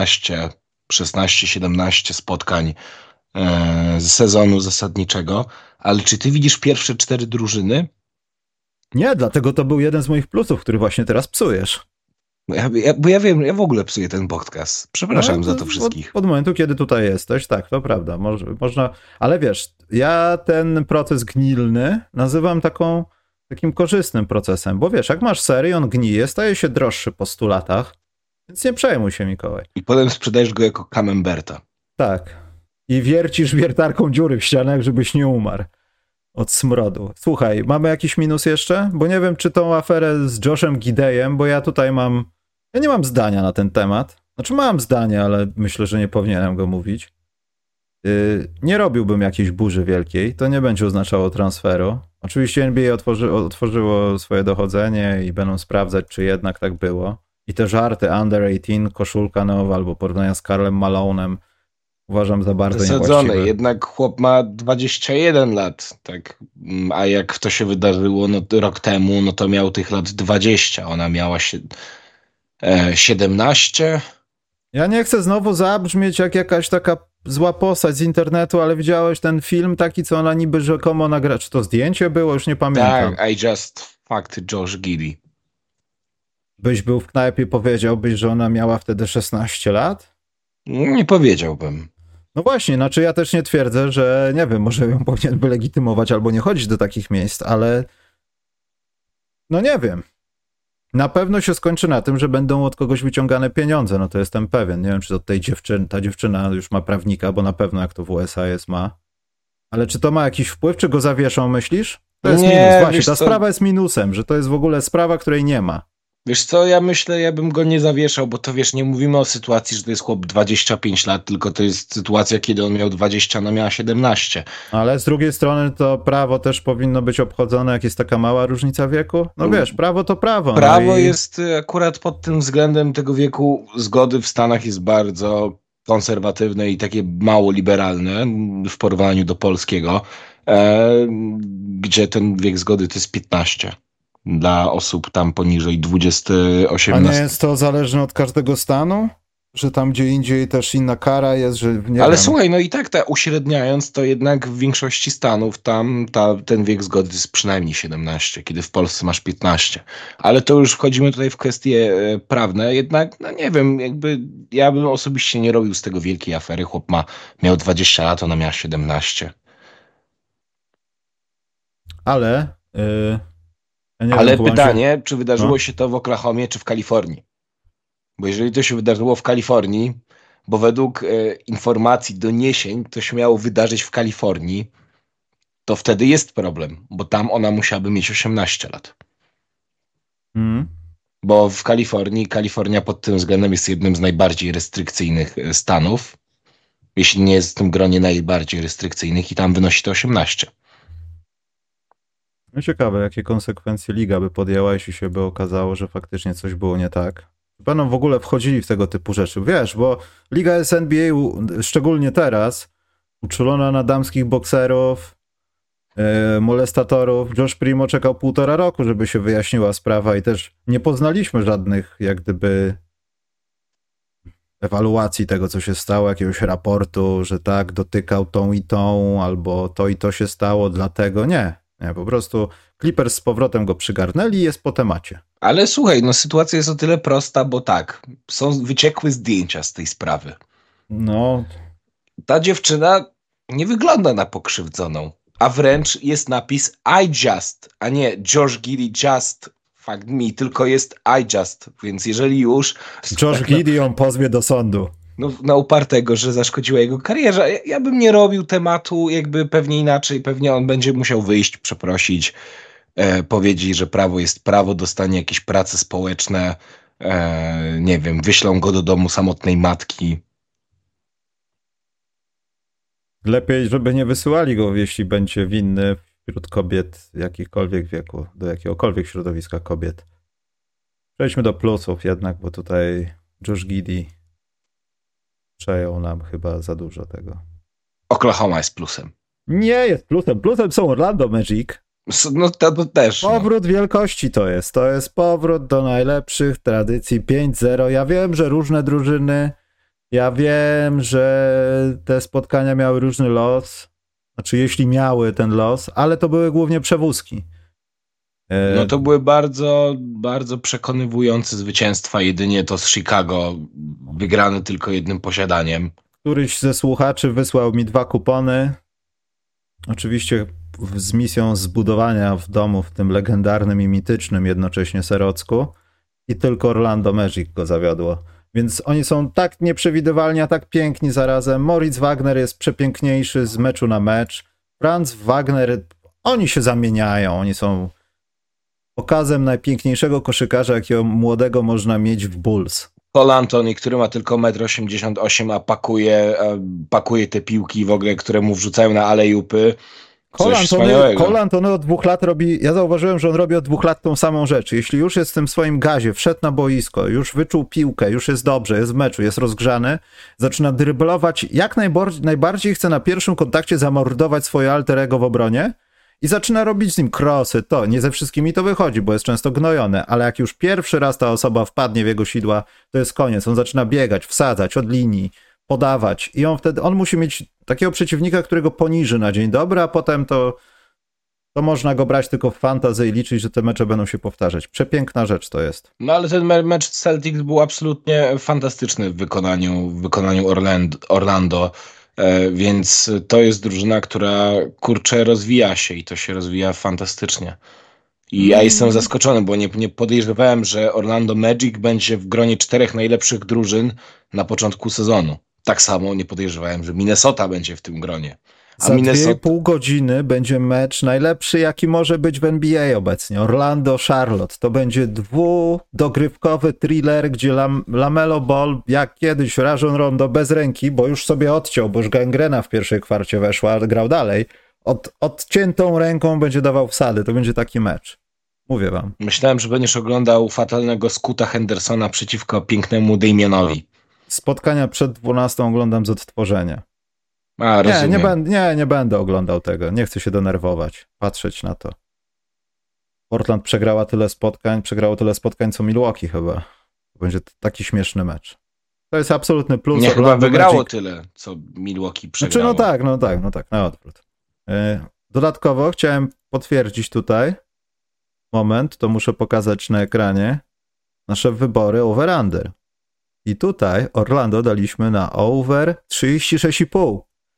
16-17 spotkań z sezonu zasadniczego, ale czy ty widzisz pierwsze 4 drużyny? Nie, dlatego to był jeden z moich plusów, który właśnie teraz psujesz. Bo ja wiem, ja w ogóle psuję ten podcast. Przepraszam za to wszystkich. Od momentu, kiedy tutaj jesteś, tak, to prawda. Można, ale wiesz, ja ten proces gnilny nazywam takim korzystnym procesem, bo wiesz, jak masz serię, on gnije, staje się droższy po 100 latach, więc nie przejmuj się, Mikołaj. I potem sprzedajesz go jako Camemberta. Tak. I wiercisz wiertarką dziury w ścianach, żebyś nie umarł od smrodu. Słuchaj, mamy jakiś minus jeszcze? Bo nie wiem, czy tą aferę z Joshem Gidejem, bo ja nie mam zdania na ten temat. Znaczy mam zdanie, ale myślę, że nie powinienem go mówić. Nie robiłbym jakiejś burzy wielkiej. To nie będzie oznaczało transferu. Oczywiście NBA otworzyło swoje dochodzenie i będą sprawdzać, czy jednak tak było. I te żarty under 18, koszulka nowa albo porównania z Karlem Malone'em uważam za bardzo niewłaściwe. Jednak chłop ma 21 lat, tak? A jak to się wydarzyło rok temu, no to miał tych lat 20. Ona miała 17. Ja nie chcę znowu zabrzmieć jak jakaś taka zła postać z internetu, ale widziałeś ten film taki, co ona niby rzekomo nagrała. Czy to zdjęcie było? Już nie pamiętam. Tak, I just fucked Josh Giddey. Byś był w knajpie, powiedziałbyś, że ona miała wtedy 16 lat? Nie powiedziałbym. No właśnie, znaczy ja też nie twierdzę, że nie wiem, może ją powinien wylegitymować albo nie chodzić do takich miejsc, ale no nie wiem. Na pewno się skończy na tym, że będą od kogoś wyciągane pieniądze, no to jestem pewien. Nie wiem, czy od tej ta dziewczyna już ma prawnika, bo na pewno jak to w USA jest ma. Ale czy to ma jakiś wpływ, czy go zawieszą, myślisz? To jest minus, właśnie, ta sprawa jest minusem, że to jest w ogóle sprawa, której nie ma. Wiesz co, ja myślę, ja bym go nie zawieszał, bo to wiesz, nie mówimy o sytuacji, że to jest chłop 25 lat, tylko to jest sytuacja, kiedy on miał 20, ona miała 17. Ale z drugiej strony to prawo też powinno być obchodzone, jak jest taka mała różnica wieku. No wiesz, prawo to prawo. Prawo jest akurat pod tym względem tego wieku zgody w Stanach jest bardzo konserwatywne i takie mało liberalne w porównaniu do polskiego, gdzie ten wiek zgody to jest 15. Dla osób tam poniżej 28. A nie jest to zależne od każdego stanu? Że tam gdzie indziej też inna kara jest, że nie Ale wiem. Słuchaj, no i tak uśredniając, to jednak w większości stanów tam ten wiek zgody jest przynajmniej 17, kiedy w Polsce masz 15. Ale to już wchodzimy tutaj w kwestie prawne, jednak no nie wiem, jakby ja bym osobiście nie robił z tego wielkiej afery. Chłop miał 20 lat, ona miała 17. Ale... Ale pytanie, czy wydarzyło się to w Oklahomie, czy w Kalifornii? Bo jeżeli to się wydarzyło w Kalifornii, bo według informacji, doniesień, to się miało wydarzyć w Kalifornii, to wtedy jest problem, bo tam ona musiałaby mieć 18 lat. Bo w Kalifornia pod tym względem jest jednym z najbardziej restrykcyjnych stanów, jeśli nie jest w tym gronie najbardziej restrykcyjnych i tam wynosi to 18. No ciekawe, jakie konsekwencje liga by podjęła, jeśli się by okazało, że faktycznie coś było nie tak. Będą w ogóle wchodzili w tego typu rzeczy, wiesz, bo liga jest NBA, szczególnie teraz, uczulona na damskich bokserów, molestatorów. Josh Primo czekał 1,5 roku, żeby się wyjaśniła sprawa i też nie poznaliśmy żadnych jak gdyby ewaluacji tego, co się stało, jakiegoś raportu, że tak, dotykał tą i tą, albo to i to się stało, dlatego nie, po prostu Clippers z powrotem go przygarnęli i jest po temacie. Ale słuchaj, no sytuacja jest o tyle prosta, bo tak, wyciekły zdjęcia z tej sprawy. No. Ta dziewczyna nie wygląda na pokrzywdzoną, a wręcz jest napis I just, a nie Josh Giddey just fucked me, tylko jest I just, więc jeżeli już... Josh Giddey ją pozwie do sądu. No, na upartego, że zaszkodziła jego karierze. Ja bym nie robił tematu jakby pewnie inaczej, pewnie on będzie musiał wyjść, przeprosić, powiedzieć, że prawo jest prawo, dostanie jakieś prace społeczne, nie wiem, wyślą go do domu samotnej matki. Lepiej, żeby nie wysyłali go, jeśli będzie winny wśród kobiet jakichkolwiek wieku, do jakiegokolwiek środowiska kobiet. Przejdźmy do plusów jednak, bo tutaj Josh Giddey przejął nam chyba za dużo tego. Oklahoma jest plusem. Nie jest plusem. Plusem są Orlando Magic. No to też. Powrót wielkości to jest. To jest powrót do najlepszych tradycji 5-0. Ja wiem, że różne drużyny, ja wiem, że te spotkania miały różny los. Znaczy, jeśli miały ten los, ale to były głównie przewózki. No to były bardzo, bardzo przekonywujące zwycięstwa. Jedynie to z Chicago, wygrane tylko jednym posiadaniem. Któryś ze słuchaczy wysłał mi 2 kupony. Oczywiście z misją zbudowania w domu w tym legendarnym i mitycznym jednocześnie Serocku. I tylko Orlando Magic go zawiodło. Więc oni są tak nieprzewidywalni, a tak piękni zarazem. Moritz Wagner jest przepiękniejszy z meczu na mecz. Franz Wagner, oni się zamieniają. Oni są pokazem najpiękniejszego koszykarza, jakiego młodego można mieć w Bulls. Cole Anthony, który ma tylko 1,88 m, a pakuje te piłki w ogóle, które mu wrzucają na alejupy. Cole Anthony od 2 lat robi, ja zauważyłem, że on robi od 2 lat tą samą rzecz. Jeśli już jest w tym swoim gazie, wszedł na boisko, już wyczuł piłkę, już jest dobrze, jest w meczu, jest rozgrzany, zaczyna dryblować, jak najbardziej chce na pierwszym kontakcie zamordować swoje alter ego w obronie i zaczyna robić z nim crossy. To nie ze wszystkimi to wychodzi, bo jest często gnojone, ale jak już pierwszy raz ta osoba wpadnie w jego sidła, to jest koniec. On zaczyna biegać, wsadzać od linii, podawać i on musi mieć takiego przeciwnika, którego poniży na dzień dobry, a potem to można go brać tylko w fantasy i liczyć, że te mecze będą się powtarzać. Przepiękna rzecz to jest. No ale ten mecz Celtics był absolutnie fantastyczny w wykonaniu Orlando, więc to jest drużyna, która kurczę rozwija się i to się rozwija fantastycznie. I ja jestem zaskoczony, bo nie podejrzewałem, że Orlando Magic będzie w gronie 4 najlepszych drużyn na początku sezonu. Tak samo nie podejrzewałem, że Minnesota będzie w tym gronie. Za 2,5 godziny będzie mecz najlepszy, jaki może być w NBA obecnie. Orlando-Charlotte. To będzie 2-dogrywkowy thriller, gdzie LaMelo Ball, jak kiedyś Rajon Rondo bez ręki, bo już sobie odciął, bo już gangrena w pierwszej kwarcie weszła, grał dalej. Odciętą ręką będzie dawał wsady. To będzie taki mecz. Mówię wam. Myślałem, że będziesz oglądał fatalnego Scoota Hendersona przeciwko pięknemu Damianowi. Spotkania przed 12 oglądam z odtworzenia. Nie będę oglądał tego. Nie chcę się denerwować. Patrzeć na to. Portland przegrało tyle spotkań co Milwaukee chyba. To będzie taki śmieszny mecz. To jest absolutny plus. Nie, chyba wygrało Magic. Tyle, co Milwaukee przegrało. Znaczy, no tak, na odwrót. Dodatkowo chciałem potwierdzić tutaj, moment, to muszę pokazać na ekranie, nasze wybory over-under. I tutaj Orlando daliśmy na over 36,5.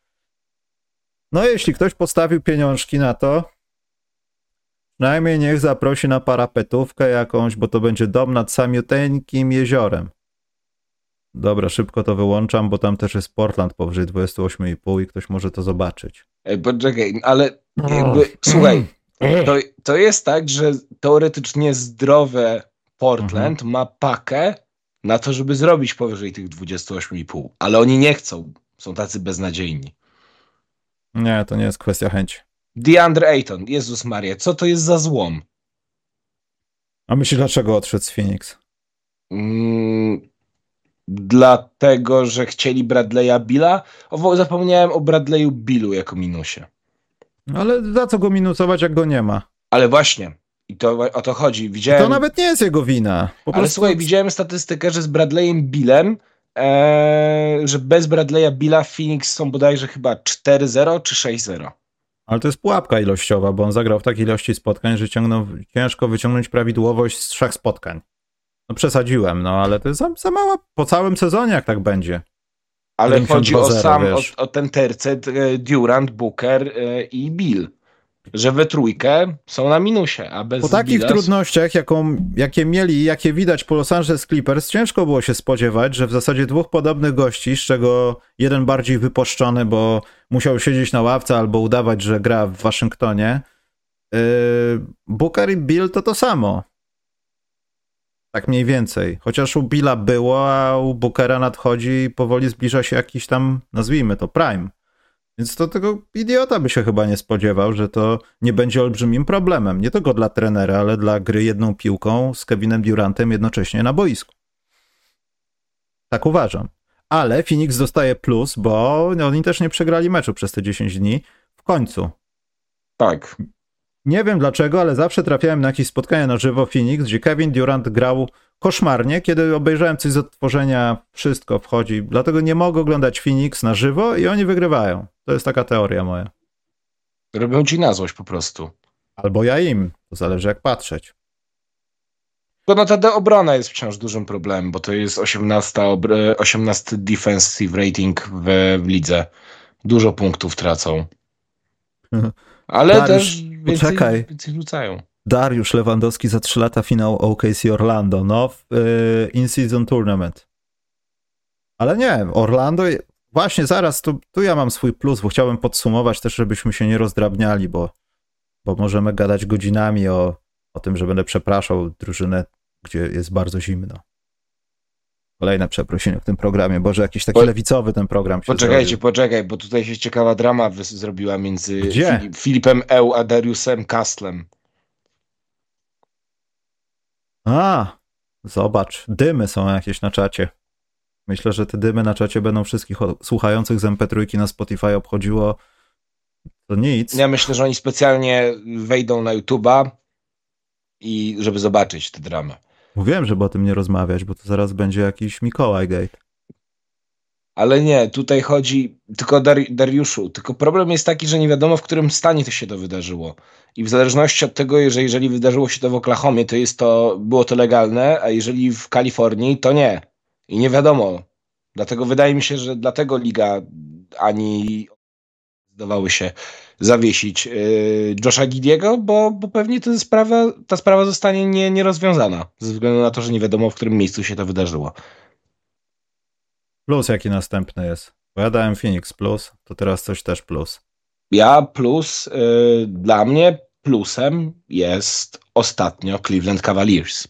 No jeśli ktoś postawił pieniążki na to, przynajmniej niech zaprosi na parapetówkę jakąś, bo to będzie dom nad samiuteńkim jeziorem. Dobra, szybko to wyłączam, bo tam też jest Portland powyżej 28,5 i ktoś może to zobaczyć. Poczekaj, ale słuchaj, to jest tak, że teoretycznie zdrowe Portland ma pakę na to, żeby zrobić powyżej tych 28,5, ale oni nie chcą. Są tacy beznadziejni. Nie, to nie jest kwestia chęci. DeAndre Ayton, Jezus Maria, co to jest za złom? A myślisz, dlaczego odszedł z Phoenix? Dlatego, że chcieli Bradley'a Billa? Zapomniałem o Bradley'u Billu jako minusie. Ale za co go minusować, jak go nie ma? Ale właśnie, i to o to chodzi. Widziałem... To nawet nie jest jego wina. Ale słuchaj, widziałem statystykę, że z Bradleyem Billem, że bez Bradley'a Billa Phoenix są bodajże chyba 4-0 czy 6-0. Ale to jest pułapka ilościowa, bo on zagrał w takiej ilości spotkań, że ciężko wyciągnąć prawidłowość z 3 spotkań. No przesadziłem, no ale to jest za mało po całym sezonie, jak tak będzie. Ale chodzi o ten tercet Durant, Booker i Bill. Że we trójkę są na minusie, a bez po takich Billa... trudnościach, jakie mieli, jakie widać po Los Angeles Clippers, ciężko było się spodziewać, że w zasadzie 2 podobnych gości, z czego jeden bardziej wypuszczony, bo musiał siedzieć na ławce albo udawać, że gra w Waszyngtonie, Booker i Bill to samo. Tak mniej więcej. Chociaż u Billa było, a u Bookera nadchodzi i powoli zbliża się jakiś tam, nazwijmy to, prime. Więc to tego idiota by się chyba nie spodziewał, że to nie będzie olbrzymim problemem. Nie tylko dla trenera, ale dla gry jedną piłką z Kevinem Durantem jednocześnie na boisku. Tak uważam. Ale Phoenix dostaje plus, bo oni też nie przegrali meczu przez te 10 dni. W końcu. Tak. Nie wiem dlaczego, ale zawsze trafiałem na jakieś spotkania na żywo Phoenix, gdzie Kevin Durant grał koszmarnie. Kiedy obejrzałem coś z odtworzenia, wszystko wchodzi. Dlatego nie mogę oglądać Phoenix na żywo i oni wygrywają. To jest taka teoria moja. Robią ci na złość po prostu. Albo ja im. To zależy jak patrzeć. No ta obrona jest wciąż dużym problemem, bo to jest 18 defensive rating w lidze. Dużo punktów tracą. Ale Dariusz, też więcej rzucają. Dariusz Lewandowski za 3 lata finał OKC Orlando, no w in-season tournament. Ale nie, Orlando, właśnie zaraz, tu ja mam swój plus, bo chciałbym podsumować też, żebyśmy się nie rozdrabniali, bo możemy gadać godzinami o tym, że będę przepraszał drużynę, gdzie jest bardzo zimno. Kolejne przeprosiny w tym programie. Boże, jakiś taki lewicowy ten program się Poczekaj, bo tutaj się ciekawa drama zrobiła między Gdzie? Filipem Eł a Dariusem Kastlem. A, zobacz, dymy są jakieś na czacie. Myślę, że te dymy na czacie będą wszystkich słuchających z MP3 na Spotify obchodziło to nic. Ja myślę, że oni specjalnie wejdą na YouTube'a i żeby zobaczyć tę dramę. Mówiłem, żeby o tym nie rozmawiać, bo to zaraz będzie jakiś Mikołaj Gate. Ale nie, tutaj chodzi tylko o Dariuszu. Tylko problem jest taki, że nie wiadomo, w którym stanie to się to wydarzyło. I w zależności od tego, że jeżeli wydarzyło się to w Oklahomie, to było to legalne, a jeżeli w Kalifornii, to nie. I nie wiadomo. Dlatego wydaje mi się, że dlatego liga ani zdawały się zawiesić Josha Giddey'ego, bo pewnie ta sprawa zostanie nierozwiązana. Ze względu na to, że nie wiadomo, w którym miejscu się to wydarzyło. Plus jaki następny jest? Bo ja dałem Phoenix plus, to teraz coś też plus. Ja plus, dla mnie plusem jest ostatnio Cleveland Cavaliers.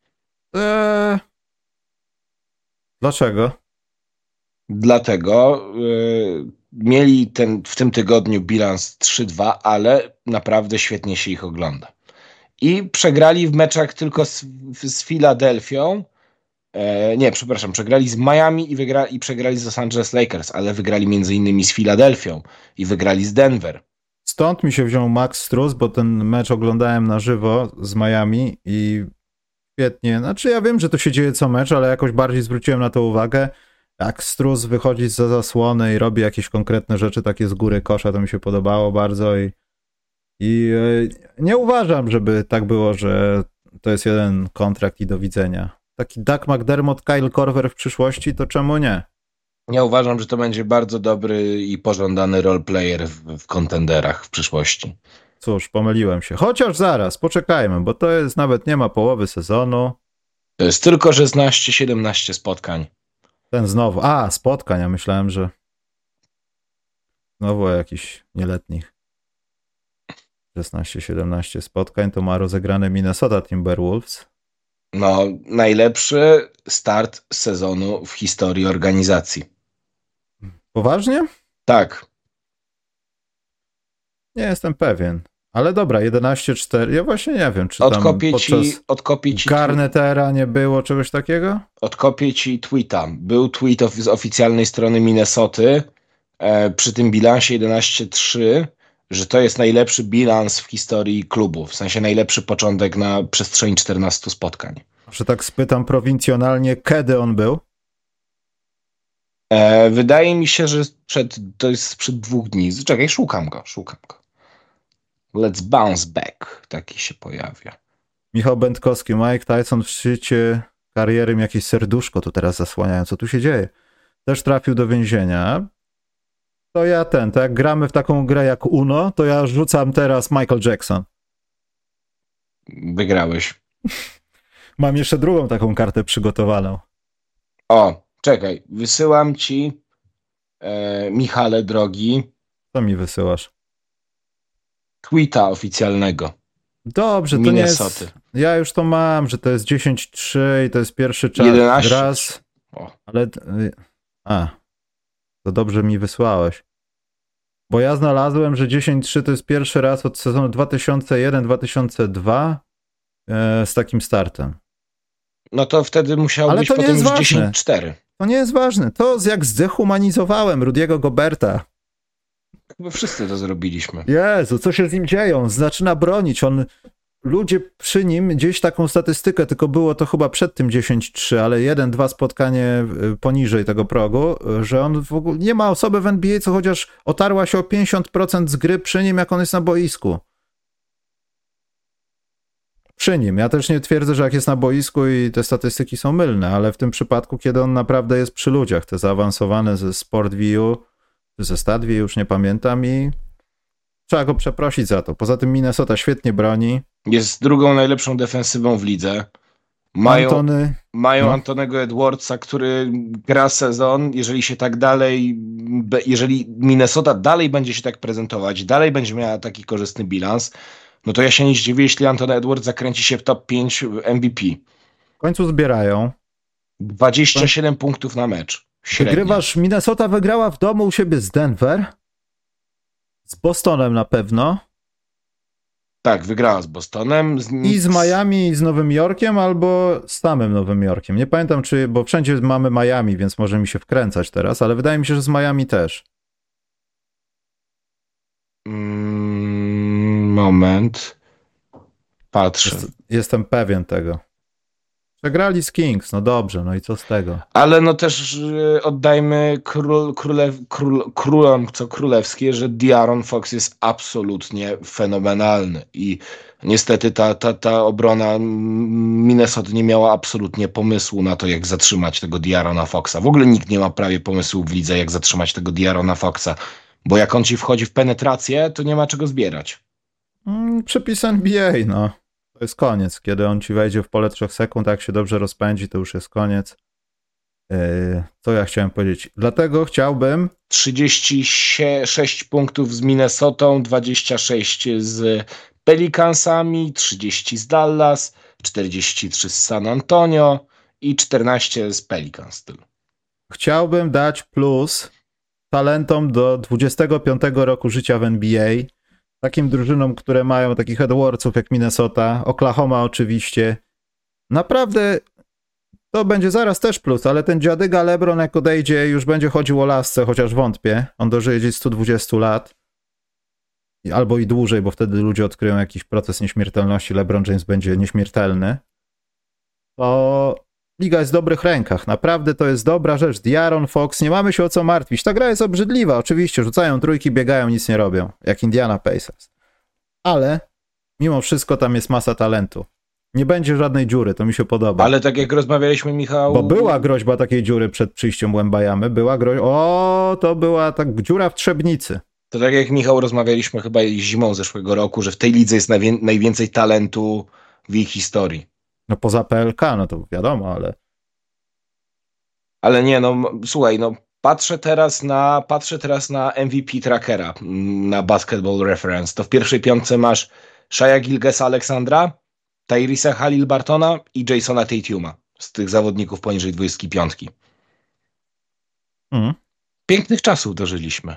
Dlaczego? Dlatego mieli w tym tygodniu bilans 3-2, ale naprawdę świetnie się ich ogląda. I przegrali w meczach tylko z Filadelfią. Przegrali z Miami i przegrali z Los Angeles Lakers, ale wygrali między innymi z Filadelfią i wygrali z Denver. Stąd mi się wziął Max Strus, bo ten mecz oglądałem na żywo z Miami i świetnie. Znaczy ja wiem, że to się dzieje co mecz, ale jakoś bardziej zwróciłem na to uwagę. Jak Strus wychodzi za zasłony i robi jakieś konkretne rzeczy takie z góry kosza, to mi się podobało bardzo i nie uważam, żeby tak było, że to jest jeden kontrakt i do widzenia. Taki Doug McDermott, Kyle Korver w przyszłości, to czemu nie? Ja uważam, że to będzie bardzo dobry i pożądany roleplayer w kontenderach w przyszłości. Cóż, pomyliłem się. Chociaż zaraz, poczekajmy, bo to jest nawet nie ma połowy sezonu. To jest tylko 16-17 spotkań. Ten znowu, spotkań, ja myślałem, że znowu o jakichś nieletnich. 16-17 spotkań to ma rozegrane Minnesota Timberwolves. No, najlepszy start sezonu w historii organizacji. Poważnie? Tak. Nie jestem pewien. Ale dobra, 11-4. Ja właśnie nie wiem, czy tam odkopię ci Garnetera nie było czegoś takiego? Odkopię ci tweeta. Był tweet z oficjalnej strony Minnesoty przy tym bilansie 11-3, że to jest najlepszy bilans w historii klubu, w sensie najlepszy początek na przestrzeni 14 spotkań. Że tak spytam prowincjonalnie, kiedy on był? Wydaje mi się, że to jest sprzed 2 dni. Czekaj, szukam go. Let's bounce back. Taki się pojawia. Michał Będkowski, Mike Tyson w szczycie kariery, mi jakieś serduszko tu teraz zasłaniają. Co tu się dzieje? Też trafił do więzienia. To jak gramy w taką grę jak Uno, to ja rzucam teraz Michael Jackson. Wygrałeś. Mam jeszcze drugą taką kartę przygotowaną. O, czekaj. Wysyłam ci, Michale drogi, Co mi wysyłasz? tweeta oficjalnego. Dobrze, to Minnesoty. nie jest... Ja już to mam, że to jest 10-3 i to jest pierwszy czas. 11. Raz, ale... To dobrze mi wysłałeś. Bo ja znalazłem, że 10-3 to jest pierwszy raz od sezonu 2001-2002 z takim startem. No to wtedy musiało być potem już 10-4. To nie jest ważne. To jak zdehumanizowałem Rudiego Goberta. Chyba wszyscy to zrobiliśmy. Jezu, co się z nim dzieje? On zaczyna bronić. Ludzie przy nim gdzieś taką statystykę, tylko było to chyba przed tym 10-3, ale 1-2 spotkanie poniżej tego progu, że on w ogóle nie ma osoby w NBA, co chociaż otarła się o 50% z gry przy nim, jak on jest na boisku. Przy nim. Ja też nie twierdzę, że jak jest na boisku i te statystyki są mylne, ale w tym przypadku, kiedy on naprawdę jest przy ludziach, te zaawansowane ze SportView, czy ze StatView, już nie pamiętam, i trzeba go przeprosić za to. Poza tym Minnesota świetnie broni. Jest drugą najlepszą defensywą w lidze. Mają Antonego Edwardsa, który gra sezon. Jeżeli się tak dalej, jeżeli Minnesota dalej będzie się tak prezentować, dalej będzie miała taki korzystny bilans, no to ja się nie zdziwię, jeśli Antony Edwards zakręci się w top 5 MVP. W końcu zbierają. 27 punktów na mecz. Średnia. Wygrywasz, Minnesota wygrała w domu u siebie z Denver. Z Bostonem na pewno. Tak, wygrała z Bostonem. I z Miami, i z Nowym Jorkiem, albo z samym Nowym Jorkiem. Nie pamiętam, bo wszędzie mamy Miami, więc może mi się wkręcać teraz, ale wydaje mi się, że z Miami też. Moment. Patrzę. Jestem pewien tego. Przegrali z Kings, no dobrze, no i co z tego? Ale no też oddajmy królom co królewskie, że De'Aaron Fox jest absolutnie fenomenalny i niestety ta obrona Minnesota nie miała absolutnie pomysłu na to, jak zatrzymać tego De'Aarona Foxa. W ogóle nikt nie ma prawie pomysłu w lidze, jak zatrzymać tego De'Aarona Foxa, bo jak on ci wchodzi w penetrację, to nie ma czego zbierać. Przepis NBA, no. To jest koniec. Kiedy on ci wejdzie w pole 3 sekund, jak się dobrze rozpędzi, to już jest koniec. Co ja chciałem powiedzieć? Dlatego chciałbym... 36 punktów z Minnesotą, 26 z Pelicansami, 30 z Dallas, 43 z San Antonio i 14 z Pelicans. Chciałbym dać plus talentom do 25 roku życia w NBA. Takim drużynom, które mają takich Edwardsów jak Minnesota, Oklahoma oczywiście. Naprawdę to będzie zaraz też plus, ale ten dziadyga LeBron jak odejdzie, już będzie chodził o lasce, chociaż wątpię. On dożyje gdzieś 120 lat. Albo i dłużej, bo wtedy ludzie odkryją jakiś proces nieśmiertelności. LeBron James będzie nieśmiertelny. To liga jest w dobrych rękach. Naprawdę to jest dobra rzecz. De'Aaron Fox, nie mamy się o co martwić. Ta gra jest obrzydliwa. Oczywiście rzucają trójki, biegają, nic nie robią. Jak Indiana Pacers. Ale mimo wszystko tam jest masa talentu. Nie będzie żadnej dziury, to mi się podoba. Ale tak jak rozmawialiśmy, Michał... Bo była groźba takiej dziury przed przyjściem Wembanyamy. Była groźba... to była tak dziura w Trzebnicy. To tak jak Michał rozmawialiśmy chyba zimą zeszłego roku, że w tej lidze jest najwięcej talentu w ich historii. No poza PLK, no to wiadomo, ale... Ale nie, no słuchaj, no patrzę teraz na MVP trackera, na Basketball Reference. To w pierwszej piątce masz Shaia Gilgeous-Alexandra, Tyrese Halliburtona i Jasona Tatuma z tych zawodników poniżej 25. Pięknych czasów dożyliśmy.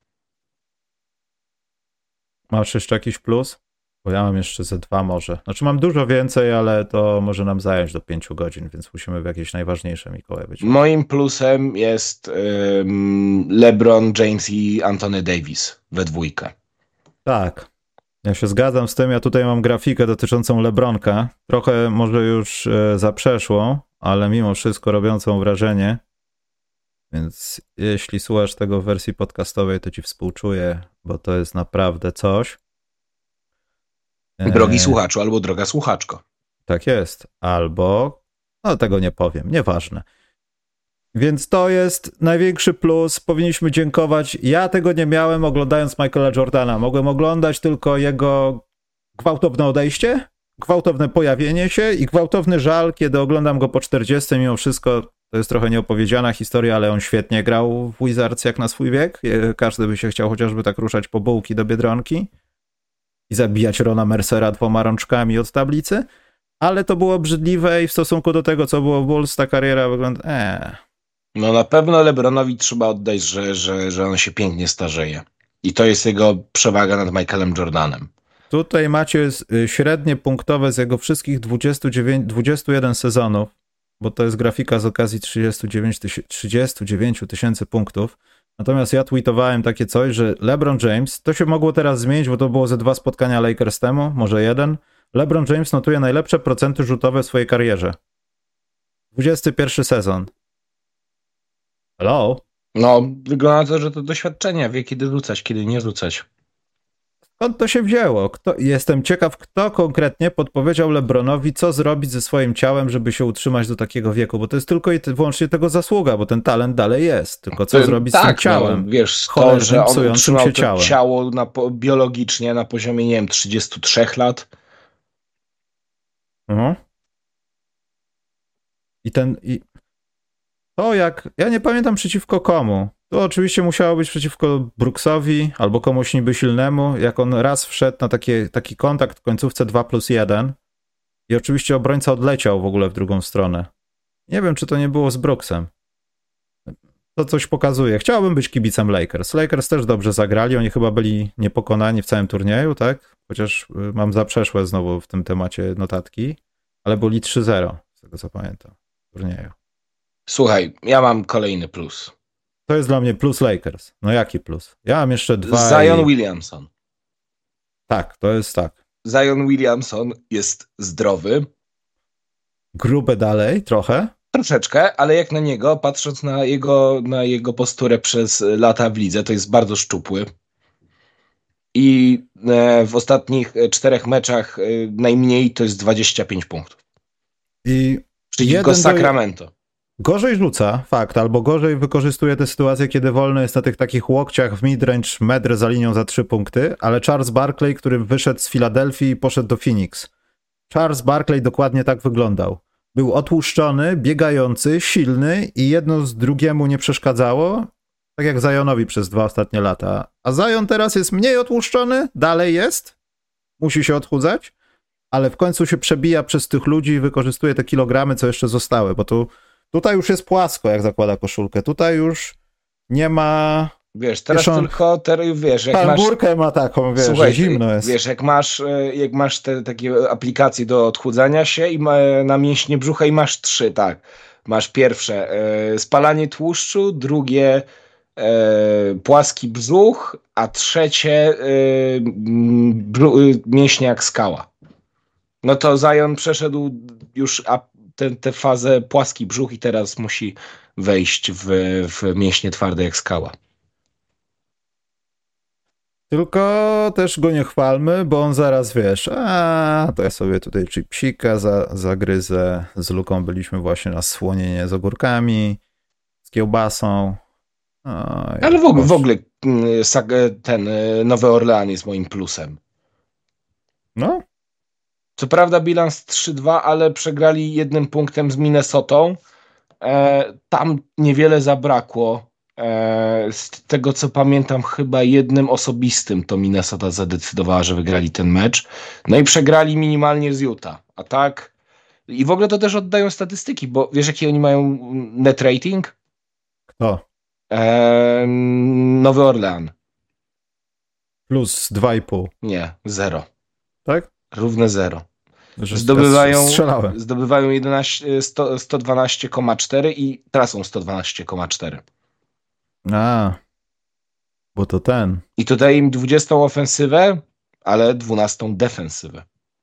Masz jeszcze jakiś plus? Bo ja mam jeszcze ze 2 może. Znaczy mam dużo więcej, ale to może nam zająć do 5 godzin, więc musimy w jakieś najważniejsze, Mikołaj, być. Moim plusem jest LeBron James i Anthony Davis we dwójkę. Tak, ja się zgadzam z tym. Ja tutaj mam grafikę dotyczącą LeBronka. Trochę może już zaprzeszłą, ale mimo wszystko robiącą wrażenie. Więc jeśli słuchasz tego w wersji podcastowej, to ci współczuję, bo to jest naprawdę coś. Drogi słuchaczu albo droga słuchaczko. Tak jest. Albo, no tego nie powiem, nieważne. Więc to jest największy plus. Powinniśmy dziękować. Ja tego nie miałem oglądając Michaela Jordana. Mogłem oglądać tylko jego gwałtowne odejście, gwałtowne pojawienie się i gwałtowny żal, kiedy oglądam go po 40. Mimo wszystko to jest trochę nieopowiedziana historia, ale on świetnie grał w Wizards jak na swój wiek. Każdy by się chciał chociażby tak ruszać po bułki do Biedronki i zabijać Rona Mercera 2 rączkami od tablicy. Ale to było obrzydliwe i w stosunku do tego, co było w Bulls, ta kariera wygląda... No na pewno LeBronowi trzeba oddać, że on się pięknie starzeje. I to jest jego przewaga nad Michaelem Jordanem. Tutaj macie średnie punktowe z jego wszystkich 21 sezonów, bo to jest grafika z okazji 39 tysięcy punktów. Natomiast ja tweetowałem takie coś, że LeBron James, to się mogło teraz zmienić, bo to było ze 2 spotkania Lakers temu, może 1. LeBron James notuje najlepsze procenty rzutowe w swojej karierze. 21 sezon. Hello? No, wygląda na to, że to doświadczenie wie, kiedy rzucać, kiedy nie rzucać. Skąd to się wzięło? Jestem ciekaw, kto konkretnie podpowiedział LeBronowi, co zrobić ze swoim ciałem, żeby się utrzymać do takiego wieku, bo to jest tylko i wyłącznie tego zasługa, bo ten talent dalej jest. Tylko co zrobić z tym ciałem? No, wiesz, to, że on utrzymał to ciało biologicznie na poziomie, nie wiem, 33 lat. Ja nie pamiętam przeciwko komu. To oczywiście musiało być przeciwko Brooksowi albo komuś niby silnemu, jak on raz wszedł na taki kontakt w końcówce 2+1 i oczywiście obrońca odleciał w ogóle w drugą stronę. Nie wiem, czy to nie było z Brooksem. To coś pokazuje. Chciałbym być kibicem Lakers. Lakers też dobrze zagrali, oni chyba byli niepokonani w całym turnieju, tak? Chociaż mam zaprzeszłe znowu w tym temacie notatki, ale byli 3-0, z tego co pamiętam, w turnieju. Słuchaj, ja mam kolejny plus. To jest dla mnie plus Lakers. No jaki plus? Ja mam jeszcze 2. Zion Williamson. Tak, to jest tak. Zion Williamson jest zdrowy. Grube dalej, trochę. Troszeczkę, ale jak na niego, patrząc na jego posturę przez lata w lidze, to jest bardzo szczupły. I w ostatnich 4 meczach najmniej to jest 25 punktów. I przeciwko Sacramento. Gorzej rzuca, fakt, albo gorzej wykorzystuje tę sytuację, kiedy wolny jest na tych takich łokciach w midrange metr za linią za 3 punkty, ale Charles Barkley, który wyszedł z Filadelfii i poszedł do Phoenix. Charles Barkley dokładnie tak wyglądał. Był otłuszczony, biegający, silny i jedno z drugiemu nie przeszkadzało, tak jak Zionowi przez 2 ostatnie lata. A Zion teraz jest mniej otłuszczony, dalej jest, musi się odchudzać, ale w końcu się przebija przez tych ludzi i wykorzystuje te kilogramy, co jeszcze zostały, bo tutaj już jest płasko, jak zakłada koszulkę. Tutaj już nie ma... Wiesz, teraz tylko, wiesz, jak masz... Górkę ma taką, wiesz, słuchaj, zimno jest. Wiesz, jak masz te takie aplikacje do odchudzania się i na mięśnie brzucha i masz 3, tak. Masz pierwsze spalanie tłuszczu, drugie płaski brzuch, a trzecie mięśnie jak skała. No to Zion przeszedł już tę fazę płaski brzuch i teraz musi wejść w mięśnie twarde jak skała. Tylko też go nie chwalmy, bo on zaraz, wiesz, to ja sobie tutaj chipsika zagryzę, z Luką byliśmy właśnie na słonienie z ogórkami, z kiełbasą. Ale w ogóle ten Nowy Orlean jest moim plusem. No. Co prawda bilans 3-2, ale przegrali 1 punktem z Minnesotą. Tam niewiele zabrakło. Z tego co pamiętam, chyba 1 osobistym to Minnesota zadecydowała, że wygrali ten mecz. No i przegrali minimalnie z Utah. A tak... I w ogóle to też oddają statystyki, bo wiesz jaki oni mają net rating? Kto? Nowy Orlean. Plus 2,5. Nie, 0. Tak? Równe 0. Zdobywają 112,4 i tracą 112,4. bo to ten. I to daje im 20 ofensywę, ale 12 defensywę.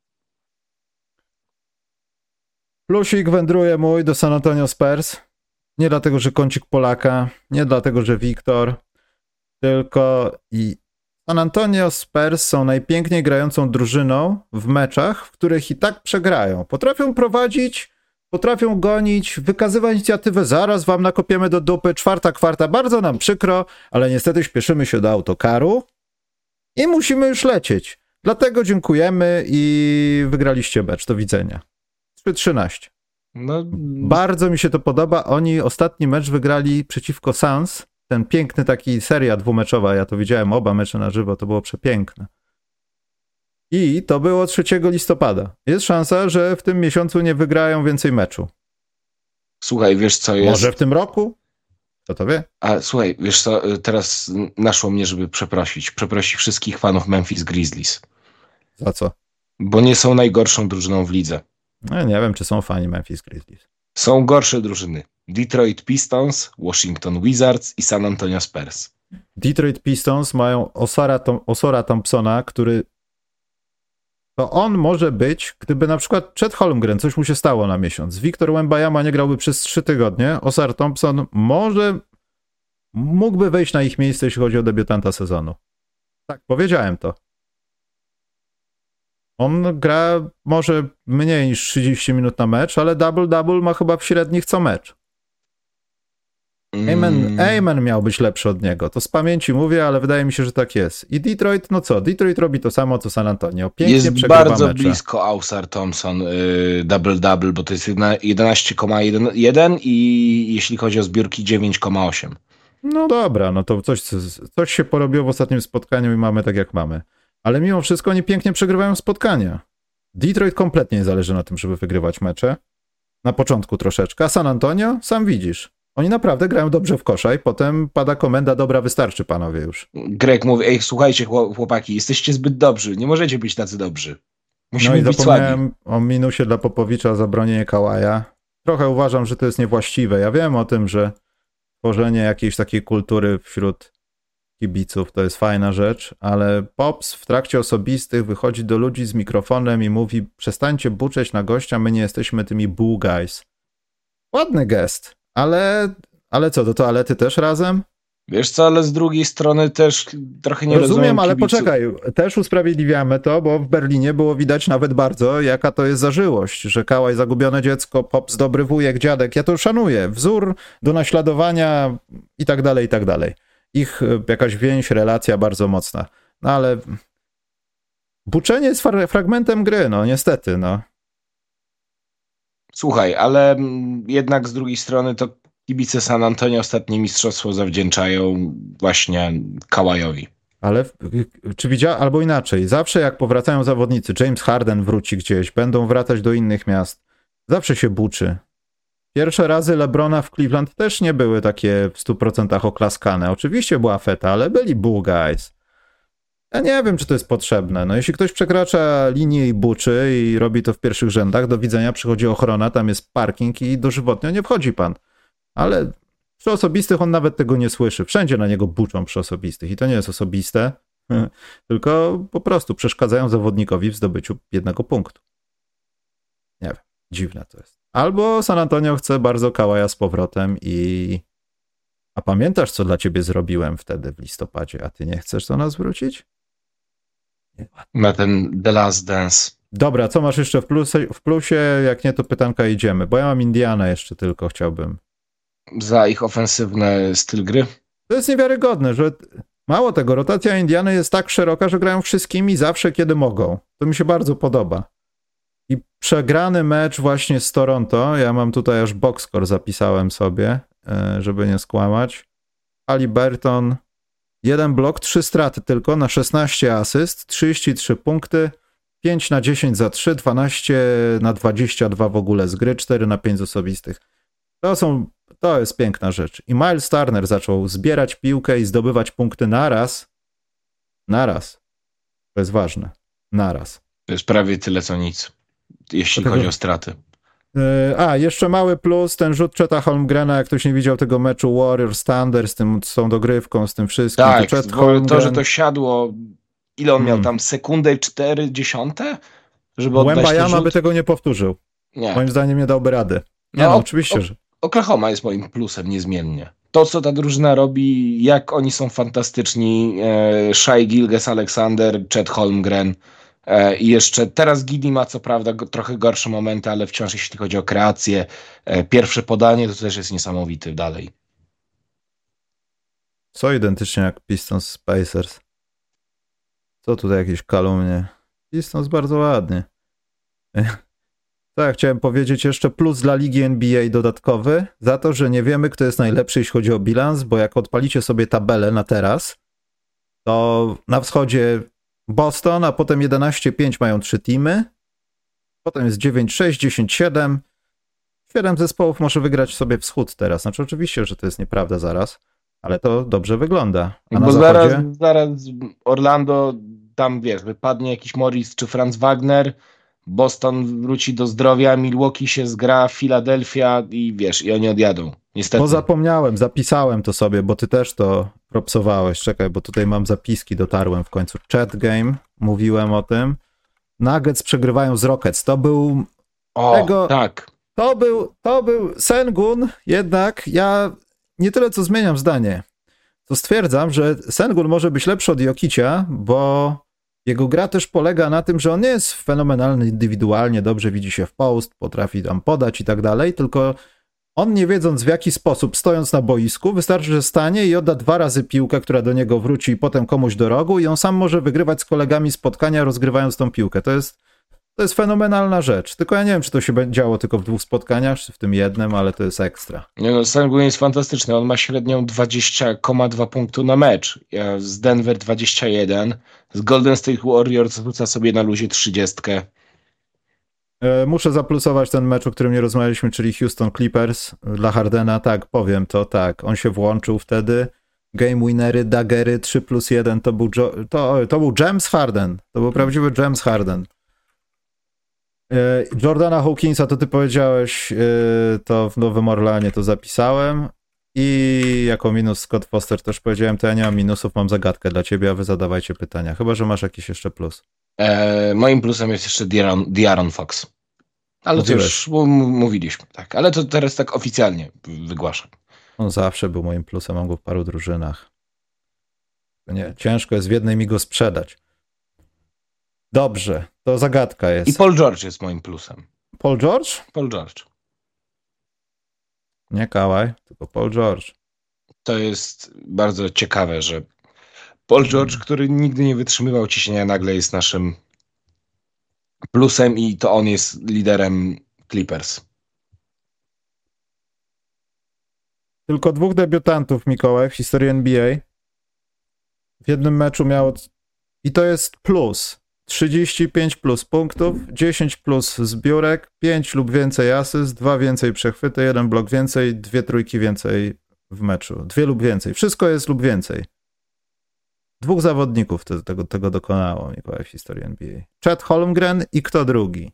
Plusik wędruje mój do San Antonio Spurs. Nie dlatego, że kącik Polaka, nie dlatego, że Wiktor, tylko i San Antonio Spurs są najpiękniej grającą drużyną w meczach, w których i tak przegrają. Potrafią prowadzić, potrafią gonić, wykazywać inicjatywę. Zaraz wam nakopiemy do dupy. Czwarta kwarta, bardzo nam przykro, ale niestety śpieszymy się do autokaru i musimy już lecieć. Dlatego dziękujemy i wygraliście mecz. Do widzenia. 3-13. No, Bardzo mi się to podoba. Oni ostatni mecz wygrali przeciwko Suns. Ten piękny taki seria dwumeczowa. Ja to widziałem oba mecze na żywo. To było przepiękne. I to było 3 listopada. Jest szansa, że w tym miesiącu nie wygrają więcej meczu. słuchaj, wiesz co jest? Może w tym roku? Kto to wie? A słuchaj, wiesz co, teraz naszło mnie, żeby przeprosić wszystkich fanów Memphis Grizzlies. Za co? Bo nie są najgorszą drużyną w lidze. No, nie wiem, czy są fani Memphis Grizzlies. Są gorsze drużyny. Detroit Pistons, Washington Wizards i San Antonio Spurs. Detroit Pistons mają Osora Thompsona, który to on może być, gdyby na przykład przed Holmgren coś mu się stało na miesiąc. Victor Wembanyama nie grałby przez 3 tygodnie. Osar Thompson mógłby wejść na ich miejsce, jeśli chodzi o debiutanta sezonu. Tak, powiedziałem to. On gra może mniej niż 30 minut na mecz, ale double-double ma chyba w średnich co mecz. Amen miał być lepszy od niego. To z pamięci mówię, ale wydaje mi się, że tak jest. I Detroit, no co? Detroit robi to samo, co San Antonio. Pięknie jest bardzo mecze. blisko Ausar Thompson double-double, bo to jest 11,1 i jeśli chodzi o zbiórki 9,8. No dobra, no to coś się porobiło w ostatnim spotkaniu i mamy tak jak mamy. Ale mimo wszystko oni pięknie przegrywają spotkania. Detroit kompletnie nie zależy na tym, żeby wygrywać mecze. Na początku troszeczkę. A San Antonio? Sam widzisz. Oni naprawdę grają dobrze w kosza i potem pada komenda: dobra, wystarczy panowie już. Greg mówi: ej, słuchajcie chłopaki, jesteście zbyt dobrzy, nie możecie być tacy dobrzy. Musimy no i być zapomniałem słabi. o minusie dla Popowicza za bronienie Kałaja. Trochę uważam, że to jest niewłaściwe. Ja wiem o tym, że tworzenie jakiejś takiej kultury wśród kibiców to jest fajna rzecz, ale Pops w trakcie osobistych wychodzi do ludzi z mikrofonem i mówi: przestańcie buczeć na gościa, my nie jesteśmy tymi boo guys. Ładny gest, ale co, do toalety też razem? Wiesz co, ale z drugiej strony też trochę nie rozumiem, ale kibiców. Poczekaj, też usprawiedliwiamy to, bo w Berlinie było widać nawet bardzo, jaka to jest zażyłość, że Kałaj zagubione dziecko, Pops dobry wujek, dziadek, ja to szanuję, wzór do naśladowania i tak dalej, i tak dalej. Ich jakaś więź, relacja bardzo mocna. No ale buczenie jest fragmentem gry, no niestety, no. Słuchaj, ale jednak z drugiej strony to kibice San Antonio ostatnie mistrzostwo zawdzięczają właśnie Kałajowi. Ale czy widział, albo inaczej, zawsze jak powracają zawodnicy, James Harden wróci gdzieś, będą wracać do innych miast, zawsze się buczy. Pierwsze razy LeBrona w Cleveland też nie były takie w 100% oklaskane. Oczywiście była feta, ale byli boo guys. Ja nie wiem, czy to jest potrzebne. No jeśli ktoś przekracza linię i buczy i robi to w pierwszych rzędach, do widzenia, przychodzi ochrona, tam jest parking i dożywotnio nie wchodzi pan. Ale przy osobistych on nawet tego nie słyszy. Wszędzie na niego buczą przy osobistych i to nie jest osobiste, tylko po prostu przeszkadzają zawodnikowi w zdobyciu 1 punktu. Nie wiem, dziwne to jest. Albo San Antonio chce bardzo Kałaja z powrotem i... A pamiętasz, co dla ciebie zrobiłem wtedy w listopadzie, a ty nie chcesz do nas wrócić? Na ten The Last Dance. Dobra, co masz jeszcze w plusie? Jak nie, to pytanka idziemy, bo ja mam Indiana jeszcze tylko, chciałbym. Za ich ofensywny styl gry? To jest niewiarygodne, że mało tego, rotacja Indiany jest tak szeroka, że grają wszystkimi zawsze, kiedy mogą. To mi się bardzo podoba. I przegrany mecz właśnie z Toronto, ja mam tutaj aż boxscore zapisałem sobie, żeby nie skłamać. Haliburton, 1 blok, 3 straty tylko na 16 asyst, 33 punkty, 5 na 10 za 3, 12 na 22 w ogóle z gry, 4 na 5 z osobistych. To jest piękna rzecz. I Miles Turner zaczął zbierać piłkę i zdobywać punkty naraz. Naraz. To jest ważne. Naraz. To jest prawie tyle co nic, jeśli chodzi o straty. Jeszcze mały plus, ten rzut Cheta Holmgrena, jak ktoś nie widział tego meczu Warriors Thunder z tą dogrywką, z tym wszystkim. Tak, To, że to siadło, ile on miał tam, sekundę 40, żeby oddać ten Wembanyama rzut? by tego nie powtórzył. Nie. Moim zdaniem nie dałby rady. No oczywiście, że... Oklahoma jest moim plusem niezmiennie. To, co ta drużyna robi, jak oni są fantastyczni, Shai Gilgeous-Alexander, Chet Holmgren i jeszcze teraz Giddey ma co prawda trochę gorsze momenty, ale wciąż jeśli chodzi o kreację, pierwsze podanie to też jest niesamowity dalej. Co identycznie jak Pistons Pacers. Co tutaj jakieś kalumnie? Pistons bardzo ładnie. Tak, chciałem powiedzieć jeszcze plus dla ligi NBA dodatkowy za to, że nie wiemy, kto jest najlepszy, jeśli chodzi o bilans, bo jak odpalicie sobie tabelę na teraz, to na wschodzie Boston, a potem 11-5 mają 3 teamy, potem jest 9-6, 10-7, 7 zespołów może wygrać sobie wschód teraz. Znaczy oczywiście, że to jest nieprawda zaraz, ale to dobrze wygląda. A na zachodzie... zaraz Orlando, tam wiesz, wypadnie jakiś Morris czy Franz Wagner, Boston wróci do zdrowia, Milwaukee się zgra, Philadelphia i wiesz, i oni odjadą. Niestety. Bo zapomniałem, zapisałem to sobie, bo ty też to propsowałeś. Czekaj, bo tutaj mam zapiski, dotarłem w końcu. Chat game, mówiłem o tym. Nuggets przegrywają z Rockets. To był... tak. To był Sengun, jednak ja nie tyle co zmieniam zdanie, to stwierdzam, że Sengun może być lepszy od Jokicia, bo jego gra też polega na tym, że on nie jest fenomenalny indywidualnie, dobrze widzi się w post, potrafi tam podać i tak dalej, tylko on nie wiedząc w jaki sposób, stojąc na boisku, wystarczy, że stanie i odda 2 razy piłkę, która do niego wróci i potem komuś do rogu i on sam może wygrywać z kolegami spotkania, rozgrywając tą piłkę. To jest fenomenalna rzecz. Tylko ja nie wiem, czy to się będzie działo tylko w 2 spotkaniach, czy w tym jednym, ale to jest ekstra. Nie no, Sengun jest fantastyczny. On ma średnią 20,2 punktu na mecz. Z Denver 21. Z Golden State Warriors wrzuca sobie na luzie 30. Muszę zaplusować ten mecz, o którym nie rozmawialiśmy, czyli Houston Clippers dla Hardena. Tak, powiem to, tak. On się włączył wtedy. Game winnery, daggery, 3+1 to był James Harden. To był prawdziwy James Harden. Jordana Hawkinsa, to ty powiedziałeś, to w Nowym Orleanie to zapisałem i jako minus Scott Foster też powiedziałem, to ja nie mam minusów, mam zagadkę dla ciebie, a wy zadawajcie pytania, chyba że masz jakiś jeszcze plus. Moim plusem jest jeszcze De'Aaron Fox, ale to już mówiliśmy, tak, ale to teraz tak oficjalnie wygłaszam. On zawsze był moim plusem, mam go w paru drużynach. Nie, ciężko jest w jednej mi go sprzedać. Dobrze, to zagadka jest. I Paul George jest moim plusem. Paul George? Paul George. Nie Kawhi, tylko Paul George. To jest bardzo ciekawe, że Paul George, który nigdy nie wytrzymywał ciśnienia, nagle jest naszym plusem i to on jest liderem Clippers. Tylko 2 debiutantów, Mikołaj, w historii NBA w jednym meczu miało i to jest plus. 35 plus punktów, 10 plus zbiórek, 5 lub więcej asyst, 2 więcej przechwyty, 1 blok więcej, 2 trójki więcej w meczu. 2 lub więcej. Wszystko jest lub więcej. 2 zawodników tego dokonało, Mikołaj, w historii NBA. Chet Holmgren i kto drugi?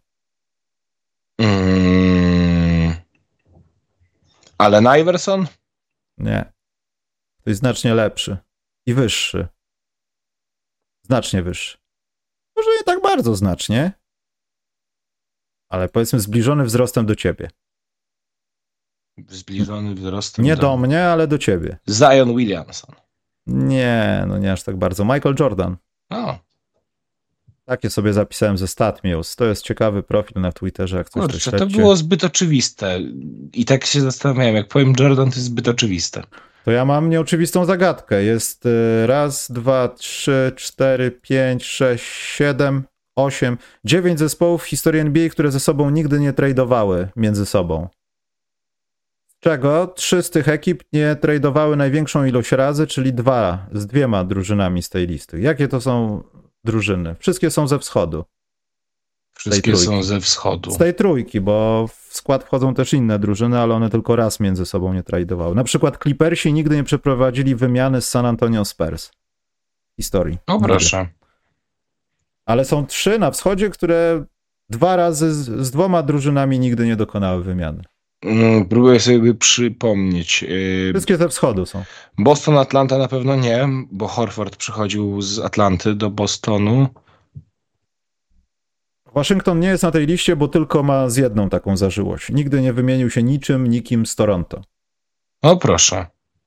Allen Iverson? Nie. To jest znacznie lepszy. I wyższy. Znacznie wyższy. Może nie tak bardzo znacznie, ale powiedzmy zbliżony wzrostem do ciebie. Zbliżony wzrostem nie do mnie, ale do ciebie. Zion Williamson. Nie, no nie aż tak bardzo. Michael Jordan. O. Takie sobie zapisałem ze StatMuse. To jest ciekawy profil na Twitterze, jak coś Kurczę, to było zbyt oczywiste. I tak się zastanawiałem, jak powiem Jordan, to jest zbyt oczywiste. To ja mam nieoczywistą zagadkę. Jest 1, 2, 3, 4, 5, 6, 7, 8, 9 zespołów w historii NBA, które ze sobą nigdy nie tradeowały między sobą. Z czego 3 z tych ekip nie tradeowały największą ilość razy, czyli 2 z 2 drużynami z tej listy. Jakie to są drużyny? Wszystkie są ze wschodu. Wszystkie są ze wschodu. Z tej trójki, bo w skład wchodzą też inne drużyny, ale one tylko raz między sobą nie tradeowały. Na przykład Clippersi nigdy nie przeprowadzili wymiany z San Antonio Spurs w historii. No proszę. Ale są 3 na wschodzie, które 2 razy z 2 drużynami nigdy nie dokonały wymiany. Próbuję sobie przypomnieć. Wszystkie ze wschodu są. Boston, Atlanta na pewno nie, bo Horford przychodził z Atlanty do Bostonu. Waszyngton nie jest na tej liście, bo tylko ma z jedną taką zażyłość. Nigdy nie wymienił się nikim z Toronto. O proszę.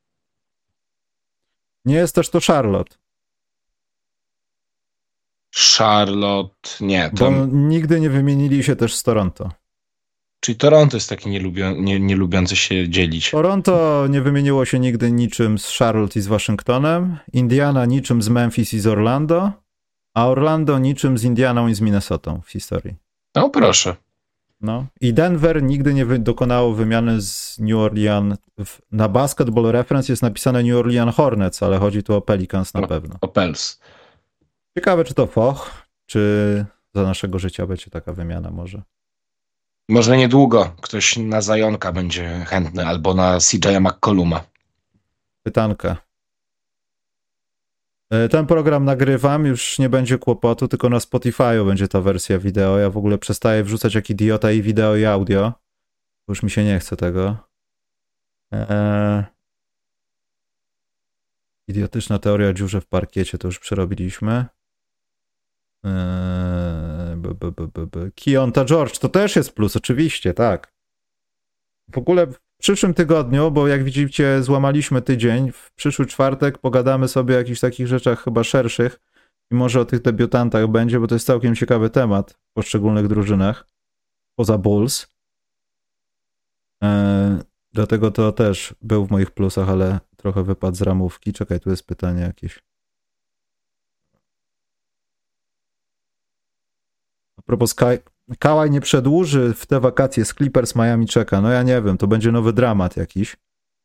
Nie jest też to Charlotte. Charlotte, nie. To... Bo nigdy nie wymienili się też z Toronto. Czyli Toronto jest taki nie lubiący się dzielić. Toronto nie wymieniło się nigdy niczym z Charlotte i z Waszyngtonem. Indiana niczym z Memphis i z Orlando. A Orlando niczym z Indianą i z Minnesotą w historii. No proszę. No. I Denver nigdy nie dokonało wymiany z New Orleans. Na Basketball Reference jest napisane New Orleans Hornets, ale chodzi tu o Pelicans na pewno. O Pels. Ciekawe, czy to Foch, czy za naszego życia będzie taka wymiana może. Może niedługo ktoś na Zionka będzie chętny, albo na CJ'a McColluma. Pytanka. Ten program nagrywam, już nie będzie kłopotu, tylko na Spotify'u będzie ta wersja wideo. Ja w ogóle przestaję wrzucać jak idiota i wideo i audio, bo już mi się nie chce tego. Idiotyczna teoria dziurze w parkiecie, to już przerobiliśmy. Kionta George, to też jest plus, oczywiście, tak. W ogóle w przyszłym tygodniu, bo jak widzicie złamaliśmy tydzień, w przyszły czwartek pogadamy sobie o jakichś takich rzeczach chyba szerszych i może o tych debiutantach będzie, bo to jest całkiem ciekawy temat w poszczególnych drużynach, poza Bulls. Dlatego to też był w moich plusach, ale trochę wypadł z ramówki. Czekaj, tu jest pytanie jakieś. A propos Kawhi nie przedłuży w te wakacje z Clippers, Miami czeka. No ja nie wiem, to będzie nowy dramat jakiś.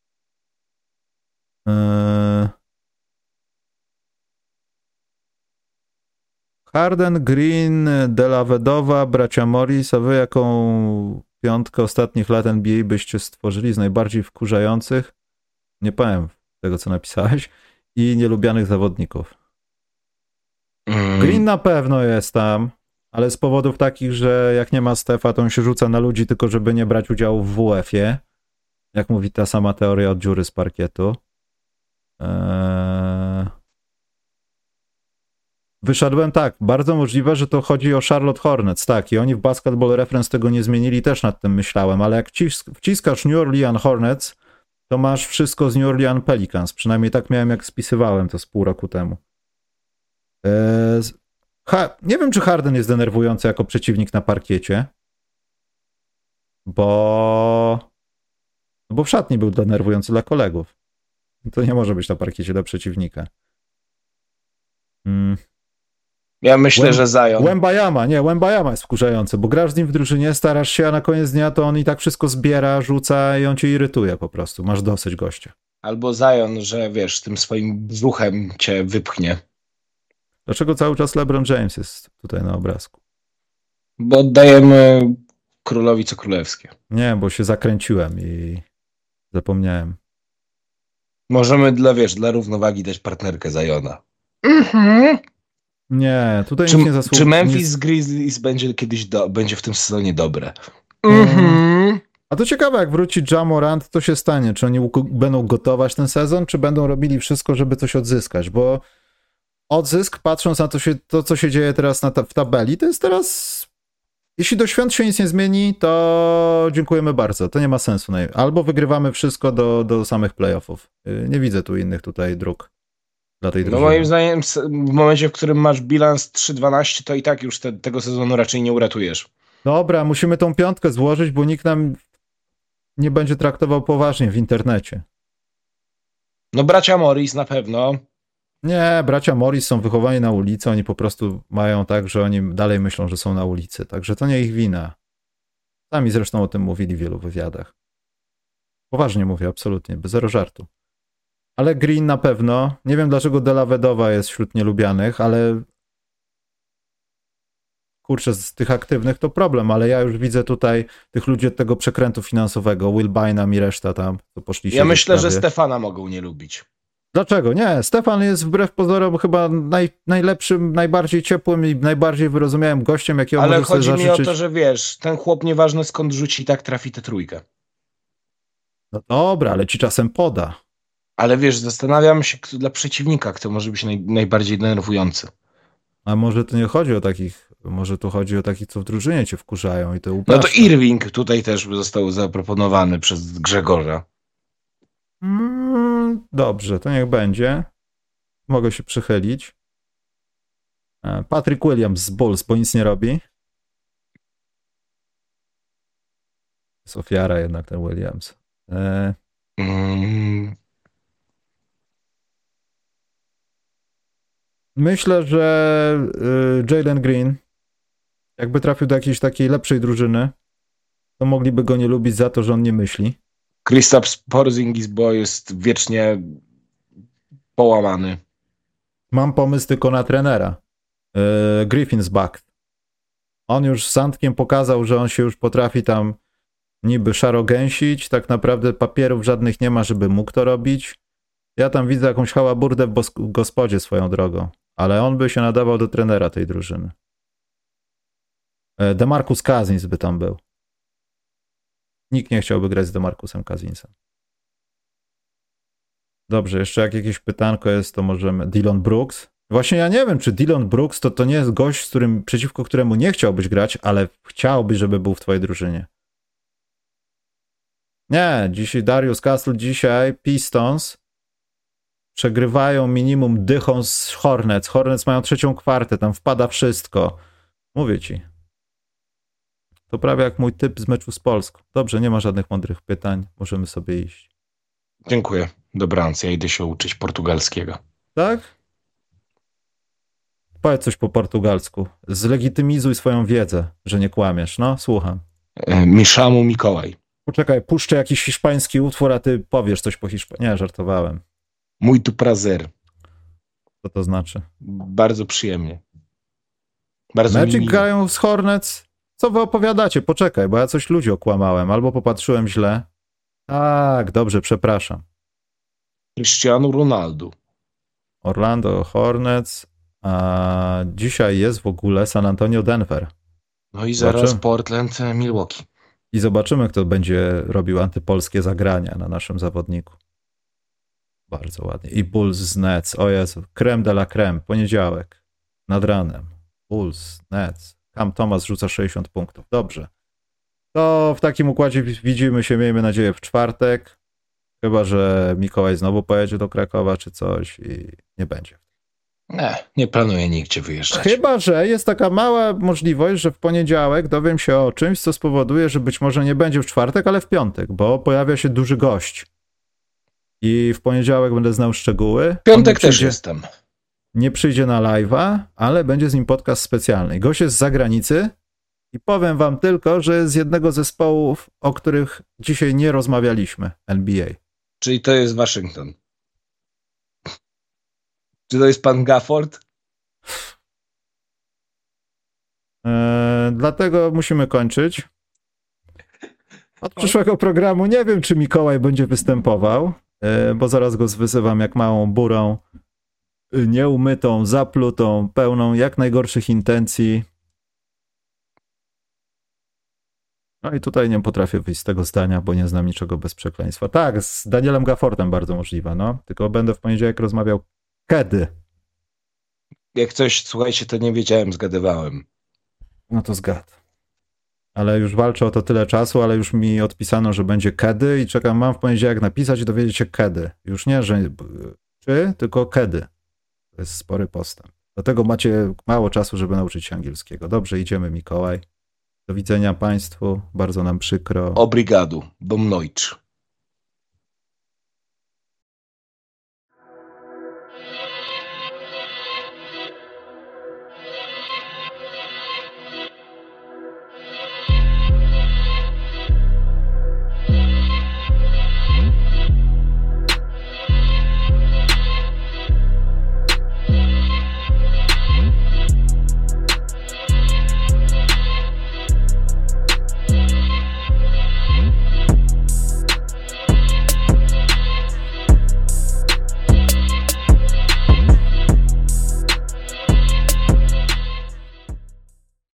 Harden, Green, Della Vedova, bracia Morris, a wy jaką piątkę ostatnich lat NBA byście stworzyli z najbardziej wkurzających? Nie powiem tego, co napisałeś. I nielubianych zawodników. Green na pewno jest tam. Ale z powodów takich, że jak nie ma Stefa, to on się rzuca na ludzi tylko, żeby nie brać udziału w WF-ie. Jak mówi ta sama teoria od dziury z parkietu. Wyszedłem tak, bardzo możliwe, że to chodzi o Charlotte Hornets, tak, i oni w Basketball Reference tego nie zmienili, też nad tym myślałem, ale jak wciskasz New Orleans Hornets, to masz wszystko z New Orleans Pelicans, przynajmniej tak miałem, jak spisywałem to z pół roku temu. Nie wiem, czy Harden jest denerwujący jako przeciwnik na parkiecie, bo w szatni był denerwujący dla kolegów. To nie może być na parkiecie dla przeciwnika. Ja myślę, że Zion. Wembanyama jest wkurzający, bo grasz z nim w drużynie, starasz się, a na koniec dnia to on i tak wszystko zbiera, rzuca i on cię irytuje po prostu. Masz dosyć gościa. Albo Zion, że wiesz, tym swoim brzuchem cię wypchnie. Dlaczego cały czas LeBron James jest tutaj na obrazku? Bo oddajemy królowi co królewskie. Nie, bo się zakręciłem i zapomniałem. Możemy dla równowagi dać partnerkę Ziona. Nie, tutaj nic nie zasługuje. Czy Memphis Grizzlies będzie kiedyś będzie w tym sezonie dobre? A to ciekawe, jak wróci Ja Morant, to się stanie. Czy oni będą gotować ten sezon, czy będą robili wszystko, żeby coś odzyskać? Bo odzysk, patrząc na to co się dzieje teraz w tabeli, to jest teraz... Jeśli do świąt się nic nie zmieni, to dziękujemy bardzo. To nie ma sensu. Albo wygrywamy wszystko do samych playoffów. Nie widzę tu innych tutaj dróg dla tej drużyny. No moim zdaniem w momencie, w którym masz bilans 3-12, to i tak już tego sezonu raczej nie uratujesz. Dobra, musimy tą piątkę złożyć, bo nikt nam nie będzie traktował poważnie w internecie. No bracia Morris na pewno. Nie, bracia Morris są wychowani na ulicy, oni po prostu mają tak, że oni dalej myślą, że są na ulicy, także to nie ich wina. Sami zresztą o tym mówili w wielu wywiadach. Poważnie mówię, absolutnie, bez zero żartu. Ale Green na pewno, nie wiem dlaczego Della Vedova jest wśród nielubianych, ale kurczę, z tych aktywnych to problem, ale ja już widzę tutaj tych ludzi od tego przekrętu finansowego, Will Bynum i reszta tam, co poszli się. Ja myślę, że Stefana mogą nie lubić. Dlaczego? Nie, Stefan jest wbrew pozorom chyba najlepszym, najbardziej ciepłym i najbardziej wyrozumiałym gościem, jakiego Ale możesz sobie chodzi mi zażyczyć. o to, że wiesz, ten chłop nieważne skąd rzuci, tak trafi tę trójkę. No dobra, ale ci czasem poda. Ale wiesz, zastanawiam się dla przeciwnika, kto może być najbardziej denerwujący. A może to nie chodzi o takich, może tu chodzi o takich, co w drużynie cię wkurzają i to No upraszcza. to Irving tutaj też został zaproponowany przez Grzegorza. Dobrze, to niech będzie. Mogę się przychylić. Patrick Williams z Bulls, bo nic nie robi. Jest ofiara jednak ten Williams. Myślę, że Jalen Green, jakby trafił do jakiejś takiej lepszej drużyny, to mogliby go nie lubić za to, że on nie myśli. Kristaps Porzingis, bo jest wiecznie połamany. Mam pomysł tylko na trenera. Griffin's back. On już z Sandkiem pokazał, że on się już potrafi tam niby szarogęsić. Tak naprawdę papierów żadnych nie ma, żeby mógł to robić. Ja tam widzę jakąś hałaburdę w gospodzie swoją drogą. Ale on by się nadawał do trenera tej drużyny. DeMarcus Cousins by tam był. Nikt nie chciałby grać z DeMarcusem Cousinsem. Dobrze, jeszcze jak jakieś pytanko jest, to możemy... Dillon Brooks. Właśnie ja nie wiem, czy Dillon Brooks to nie jest gość, przeciwko któremu nie chciałbyś grać, ale chciałbyś, żeby był w twojej drużynie. Nie, dzisiaj Darius Castle, Pistons przegrywają minimum dychą z Hornets. Hornets mają 3. kwartę, tam wpada wszystko. Mówię ci. To prawie jak mój typ z meczu z Polską. Dobrze, nie ma żadnych mądrych pytań. Możemy sobie iść. Dziękuję. Dobranoc, ja idę się uczyć portugalskiego. Tak? Powiedz coś po portugalsku. Zlegitymizuj swoją wiedzę, że nie kłamiesz. No, słucham. Miszamu Mikołaj. Poczekaj, puszczę jakiś hiszpański utwór, a ty powiesz coś po hiszpańsku. Nie, żartowałem. Muito prazer. Co to znaczy? Bardzo przyjemnie. Bardzo Magic miło. grają z Hornets? Co wy opowiadacie? Poczekaj, bo ja coś ludzi okłamałem. Albo popatrzyłem źle. Tak, dobrze, przepraszam. Cristiano Ronaldo. Orlando Hornets, a dzisiaj jest w ogóle San Antonio Denver. No i zaraz Portland Milwaukee. I zobaczymy, kto będzie robił antypolskie zagrania na naszym zawodniku. Bardzo ładnie. I Bulls z Nets. O Jezu, creme de la creme. Poniedziałek. Nad ranem. Bulls, Nets. Cam Thomas rzuca 60 punktów. Dobrze. To w takim układzie widzimy się, miejmy nadzieję, w czwartek. Chyba że Mikołaj znowu pojedzie do Krakowa czy coś i nie będzie. Nie planuję nigdzie wyjeżdżać. Chyba że jest taka mała możliwość, że w poniedziałek dowiem się o czymś, co spowoduje, że być może nie będzie w czwartek, ale w piątek, bo pojawia się duży gość. I w poniedziałek będę znał szczegóły. W piątek też jestem. Nie przyjdzie na live'a, ale będzie z nim podcast specjalny. Gość jest z zagranicy i powiem wam tylko, że jest z jednego z zespołów, o których dzisiaj nie rozmawialiśmy, NBA. Czyli to jest Waszyngton. Czy to jest pan Gafford? Dlatego musimy kończyć. Od przyszłego programu nie wiem, czy Mikołaj będzie występował, bo zaraz go wyzywam jak małą burą, nieumytą, zaplutą, pełną jak najgorszych intencji. No i tutaj nie potrafię wyjść z tego zdania, bo nie znam niczego bez przekleństwa. Tak, z Danielem Gaffordem bardzo możliwe, no. Tylko będę w poniedziałek rozmawiał kiedy. Jak coś, słuchajcie, to nie wiedziałem, zgadywałem. No to zgad. Ale już walczę o to tyle czasu, ale już mi odpisano, że będzie kiedy i czekam, mam w poniedziałek napisać i dowiedzieć się kiedy. Już nie, że czy, tylko kiedy. To jest spory postęp. Dlatego macie mało czasu, żeby nauczyć się angielskiego. Dobrze, idziemy, Mikołaj. Do widzenia Państwu, bardzo nam przykro. Obrigado, bom noite.